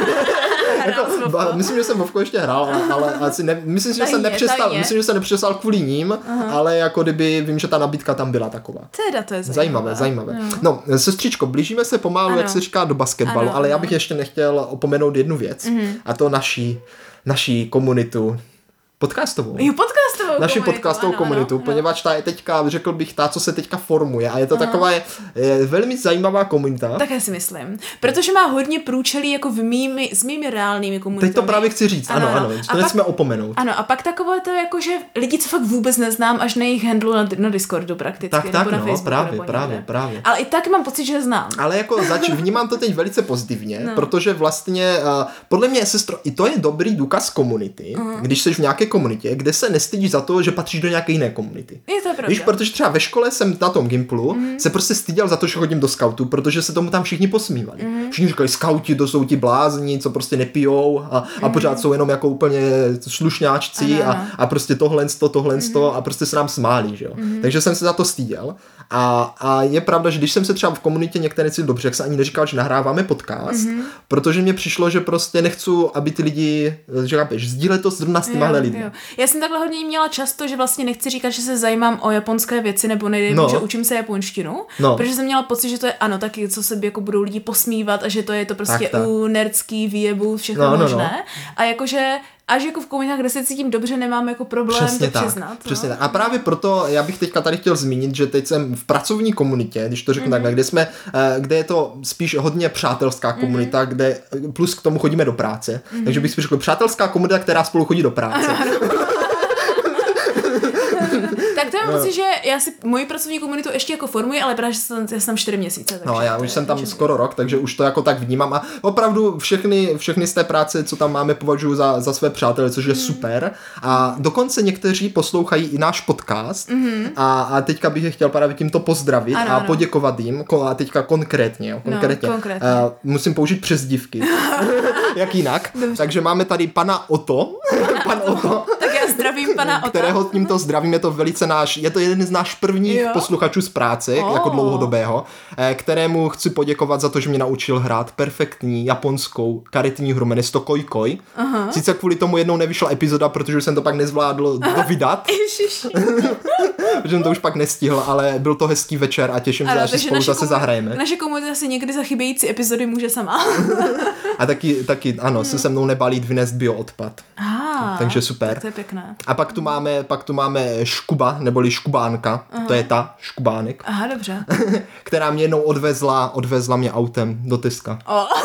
Jako, myslím, že jsem Vovko ještě hrál, ale asi ne, myslím, že jsem nepřestal kvůli ním, ale jako kdyby vím, že ta nabídka tam byla taková. Teda to je zajímavé. No, sestřičko, blížíme se pomalu, jak se říká, do basketbalu, ale já bych ještě nechtěl opomenout jednu věc, a to naší komunitu podcastovou. Naši podcastovou komunitu, poněvadž ta je teďka, řekl bych, ta, co se teďka formuje a je to taková je velmi zajímavá komunita. Také si myslím, protože má hodně průčelí jako s mými reálnými komunitami. Teď to právě chci říct, ano, to nesmíme opomenout. Ano, a pak takové to jako, že lidi, co fakt vůbec neznám, až na jejich handlu na Discordu prakticky, tak, nebo na no, Facebooku. právě. Ale i tak mám pocit, že znám. Ale jako vnímám to teď velice pozitivně, protože vlastně podle mě, sestro, i to je dobrý důkaz komunity, když jsi v nějaké komunitě, kde se nestydíš za to, že patříš do nějaké jiné komunity. Je to pravda. Víš, protože třeba ve škole jsem na tom Gimplu se prostě styděl za to, že chodím do skautu, protože se tomu tam všichni posmívali. Všichni říkali, skauti, to jsou ti blázni, co prostě nepijou a pořád jsou jenom jako úplně slušňáčci a prostě tohle a prostě se nám smáli, že jo. Takže jsem se za to styděl a je pravda, že když jsem se třeba v komunitě některé cíl dobře, jak se ani neříkal, že nahráváme podcast, protože mně přišlo, že prostě nechci, aby ty lidi, že chápeš, sdílet to zrovna s těmahle lidmi. Já jsem takhle hodně měla často, že vlastně nechci říkat, že se zajímám o japonské věci nebo nejdejme, že učím se japonštinu, protože jsem měla pocit, že to je taky, co se jako budou lidi posmívat a že to je to prostě nerdský výjebu, všechno možné. A jakože až jako v komunitách, kde se cítím dobře, nemám jako problém přesně to přiznat. Přesně tak. A právě proto já bych teďka tady chtěl zmínit, že teď jsem v pracovní komunitě, když to řeknu takhle, kde je to spíš hodně přátelská komunita, kde plus k tomu chodíme do práce. Takže bych spíš řekl přátelská komunita, která spolu chodí do práce. Tak to mám pocit, že já si moji pracovní komunitu ještě jako formuji, ale právě jsem tam 4 měsíce. No já už jsem tam skoro rok, takže už to jako tak vnímám a opravdu všechny z té práce, co tam máme, považuji za své přátele, což je super. A dokonce někteří poslouchají i náš podcast a teďka bych je chtěl právě tímto pozdravit a poděkovat jim a teďka konkrétně. Musím použít přezdívky. Jak jinak. Dobře. Takže máme tady pana Oto. Pan Oto. Tak já zdravím pana Ota. Kterého tímto zdravím, je to jeden z náš prvních posluchačů z práce, jako dlouhodobého, kterému chci poděkovat za to, že mě naučil hrát perfektní japonskou karetní hru, jmenuje se to Koi Koi. Sice kvůli tomu jednou nevyšla epizoda, protože jsem to pak nezvládl dovydat. Protože jsem to už pak nestihl, ale byl to hezký večer a těším se, až si spolu zase zahrajeme. Naše komunita si někdy za chybějící epizody může sama. A taky ano, se mnou nebálí vynést bioodpad. Takže super. Tak to je pěkné. A pak tu máme Škuba, neboli Škubánka, to je ta Škubánek. Aha, dobře. Která mě jednou odvezla mě autem do Teska.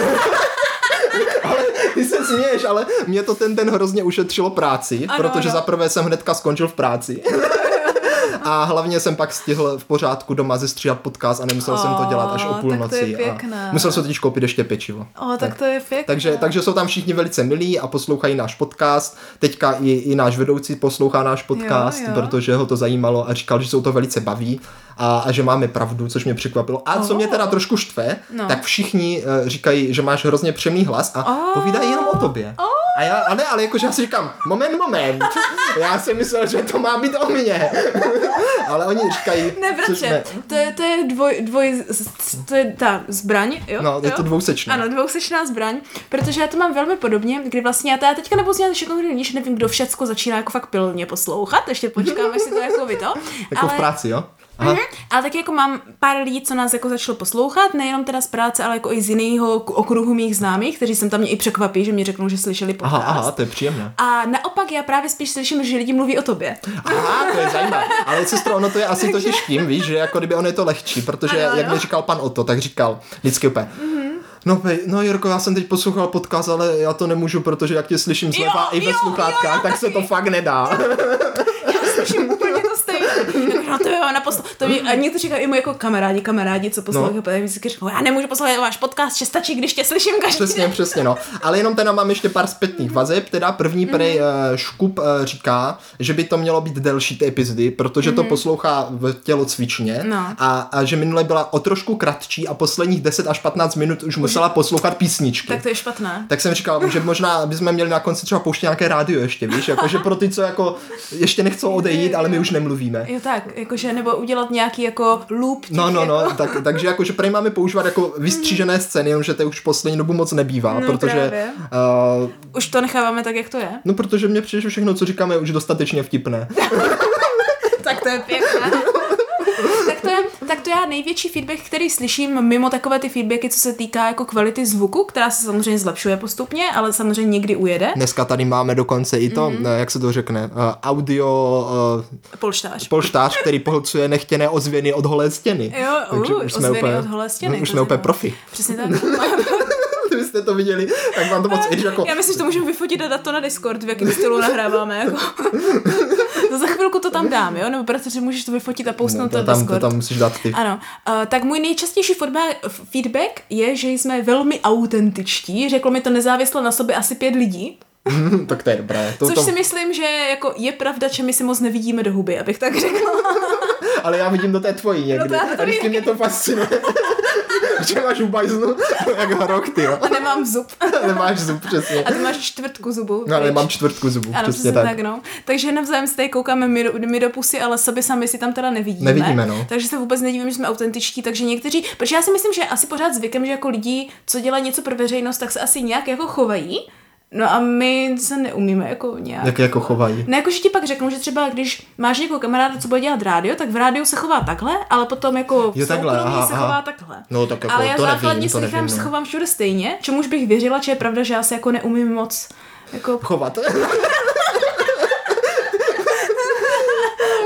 Ale ty se směješ, ale mě to ten den hrozně ušetřilo práci, protože zaprvé jsem hnedka skončil v práci. A hlavně jsem pak stihl v pořádku doma zestříhat podcast a nemusel jsem to dělat až o půlnoci. A musel jsem totiž koupit ještě pečivo. Tak to je pěkné. Takže jsou tam všichni velice milí a poslouchají náš podcast. Teďka i náš vedoucí poslouchá náš podcast, protože ho to zajímalo a říkal, že se o to velice baví a že máme pravdu, což mě překvapilo. A co mě teda trošku štve, tak všichni říkají, že máš hrozně příjemný hlas a povídají jenom o tobě. Ale jakože já si říkám, moment. Já si myslel, že to má být o mně. Ale oni říkají... Ne, bratře, to je to je ta zbraň, jo? No, je to dvousečná. Ano, dvousečná zbraň, protože já to mám velmi podobně, kdy vlastně já teďka nebudu znět všechno, když nevím, kdo všecko začíná jako fakt pilně poslouchat, ještě počkám, jestli to jako vy to. Jako v práci, jo? Ale tak jako mám pár lidí, co nás jako začalo poslouchat, nejenom teda z práce, ale jako i z jiného okruhu mých známých, kteří jsem tam mě i překvapí, že mi řeknou, že slyšeli podcast. Aha, to je příjemné. A naopak já právě spíš slyším, že lidi mluví o tobě. To je zajímavé. Ale sestro, ono to je asi totiž tím, víš, že jako kdyby ono je to lehčí, protože jak mi říkal pan Otto, tak říkal vždycky úplně. No Jirko, já jsem teď poslouchal podcast, ale já to nemůžu, protože jak tě slyším zleva i ve sluchátkách, tak se to fakt nedá. Já slyším úplně to stejně. A někdo říká i mu jako kamarádi, co poslouchají, protože vždycky říkají, já nemůžu poslouchat váš podcast, že stačí, když tě slyším každý den. Přesně, no. Ale jenom teda mám ještě pár zpětných vazeb, teda první prej Škub říká, že by to mělo být delší ty epizody, protože to poslouchá v tělocvičně a že minule byla o trošku kratší a posledních 10 až 15 minut už musela poslouchat písničky. Tak to je špatné. Tak jsem říkal, že možná bychom měli na konci třeba pouštět nějaké rádio ještě, víš, jakože pro ty, co jako ještě nechcou odejít, ale my už nemluvíme. Jo tak, jakože nebo udělat nějaký jako loop. Takže jakože prej máme používat jako vystřížené scény, jenomže to už poslední dobu moc nebývá, protože už to necháváme tak, jak to je. No, protože mně přijde, že všechno, co říkáme, je už dostatečně vtipné. Tak to je pěkné. Tak to já největší feedback, který slyším mimo takové ty feedbacky, co se týká jako kvality zvuku, která se samozřejmě zlepšuje postupně, ale samozřejmě někdy ujede. Dneska tady máme dokonce i to, jak se to řekne, audio polštář, který pohlcuje nechtěné ozvěny od holé stěny. Jo, ozvěny od holé stěny. Už jsme úplně profi. Přesně tak. Kdybyste to viděli, tak vám to moc jako... Já myslím, že to můžeme vyfotit a dát to na Discord, v jakém stylu nahráváme. Jako. Za chvilku to tam dám, jo? Nebo protože můžeš to vyfotit a postnout to na Discord. To tam musíš dát ty. Ano. Tak můj nejčastější feedback je, že jsme velmi autentičtí. Řeklo mi to nezávisle na sobě asi 5 lidí. Tak to je dobré. Což si myslím, že jako je pravda, že my si moc nevidíme do huby, abych tak řekla. Ale já vidím do té tvojí někdy. A vždycky mě to fascinuje. Že máš ubajznu jak hroch, ty jo. A nemám zub. Nemáš zub, přesně. A ty máš čtvrtku zubu. No, ale mám čtvrtku zubu, ano, přesně tak. No. Takže navzájem se tady koukáme my do pusy, ale sobě sami si tam teda nevidíme. Nevidíme, no. Takže se vůbec nedívím, že jsme autentičtí, takže někteří, protože já si myslím, že asi pořád zvykem, že jako lidi, co dělají něco pro veřejnost, tak se asi nějak jako chovají. No a my se neumíme jako nějak. Jak jako chovají? No jakože ti pak řeknou, že třeba když máš někoho kamaráda, co bude dělat rádio, tak v rádiu se chová takhle, ale potom jako v soukromí se chová takhle. No tak jako ale já to základně si nechám, se chovám všude stejně, čemuž bych věřila, že je pravda, že já se jako neumím moc jako... chovat.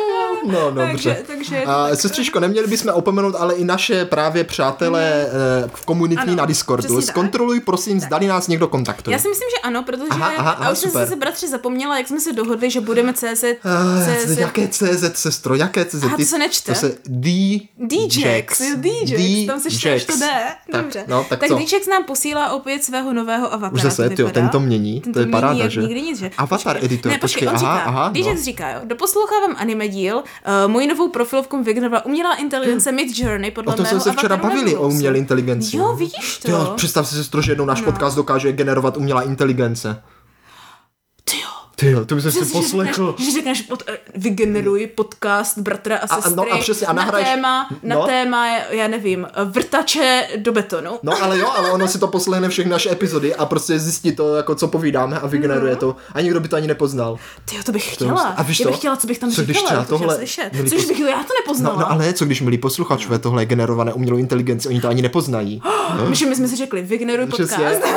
No, dobře. Takže sestřičko, neměli bychom opomenout, ale i naše právě přátelé v komunitní na Discordu. Zkontroluj, prosím, zdali nás někdo kontaktuje. Já si myslím, že ano, protože už jsem si bratři zapomněla, jak jsme se dohodli, že budeme CZ. Jaké CZ, sestro, jaké CZ? To se nečte. To se DJax, tam se čteš to D. Dobře. Tak DJax nám posílá opět svého nového avatara. Už zase, ten to mění, to je paráda, že? Nikdy nic, že? Avatar editor, počkej, on říká, DJax říká, jo, doposlouchávám anime díl, moji novou profilovku vygenerovala umělá inteligence Midjourney, podle mého. O tom jsme se včera bavili, o umělé inteligenci. Jo, vidíš to? Jo, představ si, sestro, že jednou náš podcast dokáže generovat umělá inteligence. Tyjo, to by se si poslechl. Že řekneš, vygeneruj podcast bratra a sestry a přesně, a nahraješ, na téma, já nevím, vrtače do betonu. No ale ono si to poslechne všechny naše epizody a prostě zjistí to, jako co povídáme a vygeneruje to. A nikdo by to ani nepoznal. Tyjo, to bych chtěla. A víš bych chtěla, co bych tam říkala. Což bych já to nepoznala. No ale co když milí posluchačové, tohle je generované umělou inteligenci, oni to ani nepoznají. My jsme si řekli, vygeneruj podcast.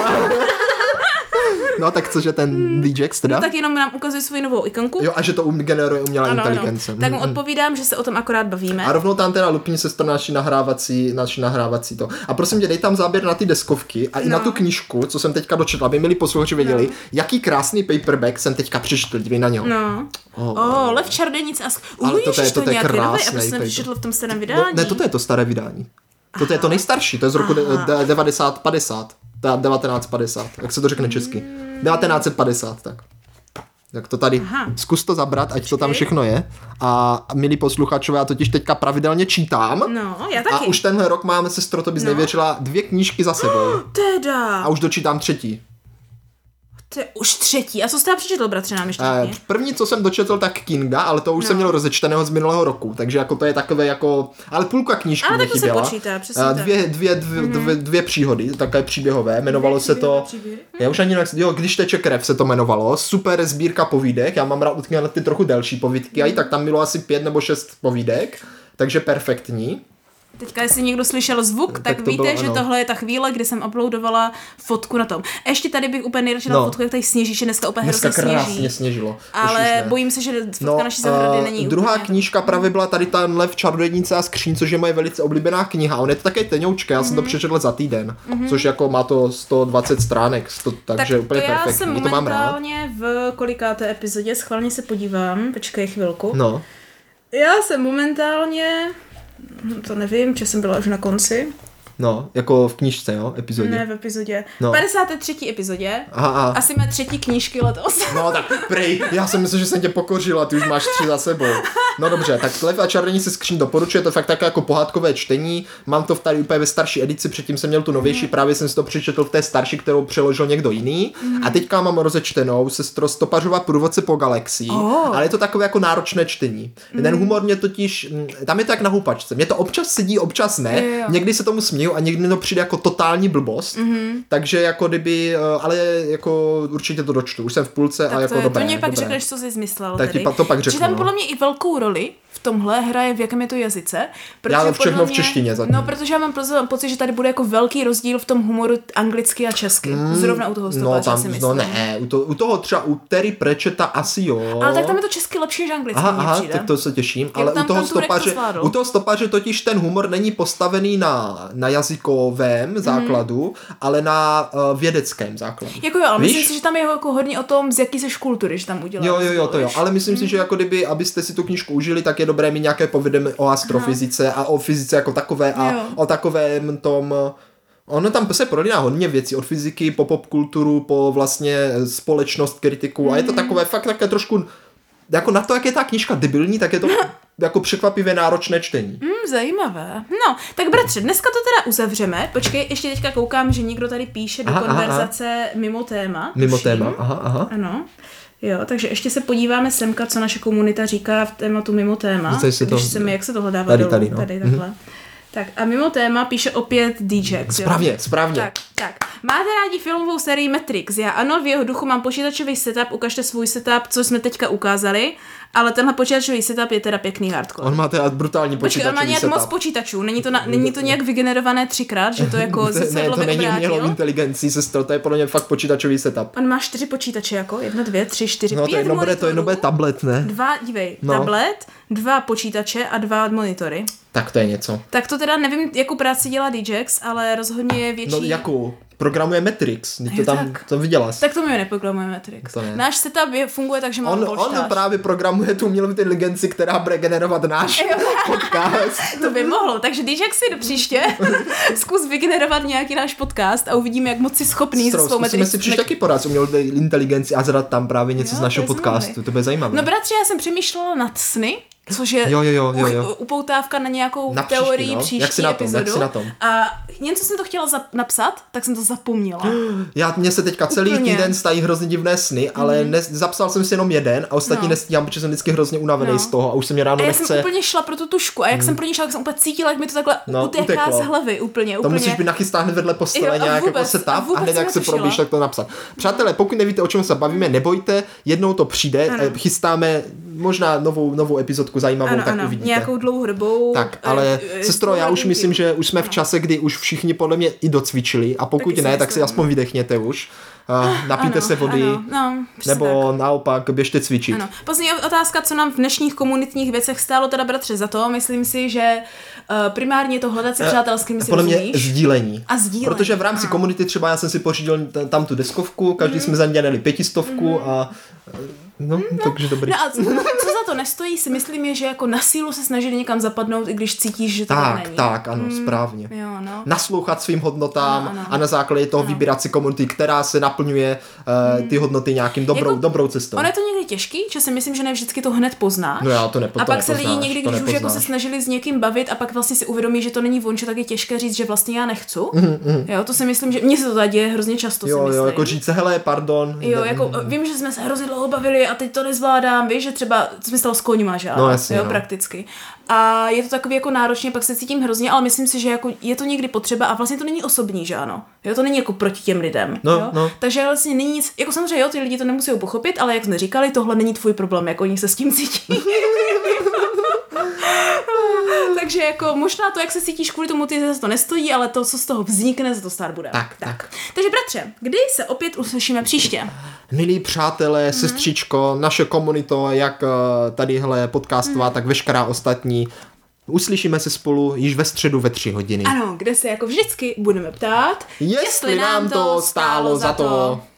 No tak cože ten DJax teda? No tak jenom nám ukazuje svou novou ikonku. Jo, a že to generuje umělá inteligence. No. Tak mu odpovídám, že se o tom akorát bavíme. A rovnou tam teda lupni sestro naši nahrávací to. A prosím tě, dej tam záběr na ty deskovky a i na tu knížku, co jsem teďka dočetla, aby milí posluchači věděli, jaký krásný paperback jsem teďka přečetl, dívej na něho. No. Lev čarodějnice a ale to je krásný. Aby jsem přečetl v tom starém vydání. No, ne, toto je to staré vydání. Toto je to nejstarší, to je z roku 1950. 1950, jak se to řekne česky. 1950, tak. Tak to tady, zkus to zabrat, ať to tam všechno je. A milí posluchačové, já totiž teďka pravidelně čítám. No, já taky. A už tenhle rok máme, sestro, to bys nevěřila, 2 knížky za sebou. Teda. A už dočítám 3. To je už 3. A co jste přečetl, bratře, nám ještě? První, co jsem dočetl, tak Kinga, ale to už jsem měl rozečteného z minulého roku, takže jako to je takové jako, ale půlka knížky mi chyběla. Ale tak to se počítá, přesně tak. Dvě příhody, takové příběhové, jmenovalo se to, já už ani Když teče krev se to jmenovalo, super sbírka povídek, já mám rád ty trochu delší povídky, a i tak tam bylo asi 5 nebo 6 povídek, takže perfektní. Teďka, jestli někdo slyšel zvuk, tak víte, bylo, že tohle je ta chvíle, kdy jsem uploadovala fotku na tom. A ještě tady bych úplně nejradši dala fotku, jak tady sněží, že dneska úplně hrozně sněží. Krásně sněžilo. Ale bojím se, že fotka naší zahrady není druhá úplně. Knížka právě byla tady ta Lev čarodějnice a skříň, což je moje velice oblíbená kniha. On je to také tenoučka, já jsem to přečetl za týden, což jako má to 120 stránek, takže úplně perfektní. Já jsem momentálně v kolikáté epizodě, schválně se podívám, počkej chvilku. No. Já jsem momentálně... To nevím, že jsem byla už na konci. No, jako v knížce, jo, epizodě. Ne, v epizodě. No. 53. epizodě. Aha. Asi mé 3. knížky letos. No tak prej, já jsem myslel, že jsem tě pokořila, ty už máš 3 za sebou. No dobře, tak Lev a čarodějnice skříň doporučuje, to je fakt také jako pohádkové čtení. Mám to tady úplně ve starší edici, předtím jsem měl tu novější, právě jsem si to přečetl v té starší, kterou přeložil někdo jiný. A teďka mám rozečtenou sestro Stopařova průvodce po galaxii. Ale je to takové jako náročné čtení. Ten humor mě totiž, tam je to jak na houpačce. Mě to občas sedí, občas ne. Někdy se tomu směju a někdy to přijde jako totální blbost. Takže jako kdyby, ale jako určitě to dočtu. Už jsem v půlce tak a jako dobré. To mě pak řekneš, co jsi zmyslel. Tak to pak řeknu. Že tam podle mě i velkou roli v tomhle hraje, v jakém je to jazyce. Já všechno v češtině zatím. No, protože já mám pocit, že tady bude jako velký rozdíl v tom humoru anglicky a česky. Zrovna u toho Stopaře, si myslím. No ne, u toho třeba u Terry Pratchetta asi jo. Ale tak tam je to česky lepší než anglicky. Aha, tak to se těším. Ale u toho Stopaře totiž ten humor není postavený na jazykovém základu, ale na vědeckém základu. Jako jo, ale myslím si, že tam je jako hodně o tom, z jaký seš kultury, že tam udělal. Jo, to jo. Ale myslím si, že jako kdyby, abyste si tu knížku užili, tak je dobré mít nějaké povědomí o astrofyzice a o fyzice jako takové a o takovém tom. Ono tam se prolíná hodně věcí, od fyziky po popkulturu, po vlastně společnost, kritiku a je to takové fakt také trošku jako na to, jak je ta knížka debilní, tak je to jako překvapivě náročné čtení. Zajímavé. No, tak bratře, dneska to teda uzavřeme. Počkej, ještě teďka koukám, že někdo tady píše do konverzace mimo téma. Mimo téma, aha. Ano. Jo, takže ještě se podíváme semka, co naše komunita říká v tématu mimo téma. Jak se to hledává dolů. Tady takhle. Tak a mimo téma píše opět DJX. Správně. Tak. Máte rádi filmovou sérii Matrix? Já ano, v jeho duchu mám počítačový setup, ukažte svůj setup, co jsme teďka ukázali, ale tenhle počítačový setup je teda pěkný hardcore. On má teda brutální počítačový setup. On má nějak moc počítačů, není to nějak vygenerované 3x, že to jako ne, to není umělou inteligencí, sestro, to je podle mě fakt počítačový setup. On má 4 počítače jako, 1, 2, 3, 4, 5 monitorů. To jedno bude tablet, ne? Tablet, 2 počítače a 2 monitory. Tak to je něco. Tak to teda nevím, jakou práci dělá DJX, ale rozhodně je větší. No jakou? Programuje Matrix, to viděla jsi. Tak to mi neprogramuje Matrix. Náš setup funguje tak, že mám polštář. On právě programuje tu umělou inteligenci, která bude generovat náš podcast. To by mohlo, takže DJX si do příště zkus vygenerovat nějaký náš podcast a uvidíme, jak moc si schopný se svou Matrix. Musíme si příště taky podat s umělou inteligenci a zadat tam právě něco z našeho podcastu, to bude zajímavé. No bratře, já jsem přemýšlela nad sny, což je upoutávka na nějakou teorii příští epizodu. Jak si na tom? A něco jsem to chtěla napsat, tak jsem to zapomněla. Mně se teďka celý týden stají hrozně divné sny, ale zapsal jsem si jenom jeden a ostatní nestíhám, protože jsem vždycky hrozně unavený z toho a už se mě ráno nechce. Já jsem úplně šla pro tu tušku a jak jsem pro ní šla, tak jsem úplně cítila, jak mi to takhle utéká z hlavy úplně. To musíš být nachystá hned vedle postele nějak jako setup a hned jak se probíš, tak to napsat. Přátelé, pokud nevíte, o čem se bavíme, nebojte, jednou to přijde, chystáme možná novou epizodku zajímavou, tak uvidíte. Nějakou dlouhodobou. Tak, ale sestro, já už myslím, že už jsme v čase, kdy už všichni podle mě i docvičili a pokud ne, tak si aspoň vydechněte už. Napijte se vody, nebo naopak běžte cvičit. Ano. Poslední otázka, co nám v dnešních komunitních věcech stálo teda bratře za to, myslím si, že primárně to hledat se přátelským si podle mě rozumíš. Sdílení. Protože v rámci komunity třeba já jsem si pořídil tam tu deskovku, každý jsme za ní dělali 500 a takže dobrý. No a co za to nestojí, si myslím, je, že jako na sílu se snažili někam zapadnout, i když cítíš, že to tak není. Tak, ano, správně. Jo, no. Naslouchat svým hodnotám a na základě toho vybírat si komunity, která se naplňuje ty hodnoty nějakým dobrou cestou. Ono je to někdy těžký, že si myslím, že ne vždycky to hned poznáš. No já to a pak se lidi někdy, když už jako se snažili s někým bavit a pak vlastně si uvědomí, že to není vonče, tak je těžké říct, že vlastně já nechci. Jo, to si myslím, že mně se to tady děje hrozně často. Jo, jako říct, hele, pardon. Jo, jako vím, že jsme se hrozně dlouho bavili a teď to nezvládám, víš, že třeba co mi stalo s koňma, že no, jasně, prakticky. A je to takový jako náročně, pak se cítím hrozně, ale myslím si, že jako je to někdy potřeba a vlastně to není osobní, že ano. Jo, to není jako proti těm lidem. Jo? Takže vlastně není nic, jako samozřejmě jo, ty lidi to nemusí pochopit, ale jak jsme říkali, tohle není tvůj problém, jako oni se s tím cítí. Takže jako možná to, jak se cítíš kvůli tomu, ty zase to nestojí, ale to, co z toho vznikne, za to stát bude. Tak. Takže bratře, kdy se opět uslyšíme příště? Milí přátelé, sestřičko, naše komunito, jak tadyhle podcastová, tak veškerá ostatní, uslyšíme se spolu již ve středu ve 3 hodiny. Ano, kde se jako vždycky budeme ptát, jestli nám to stálo za to.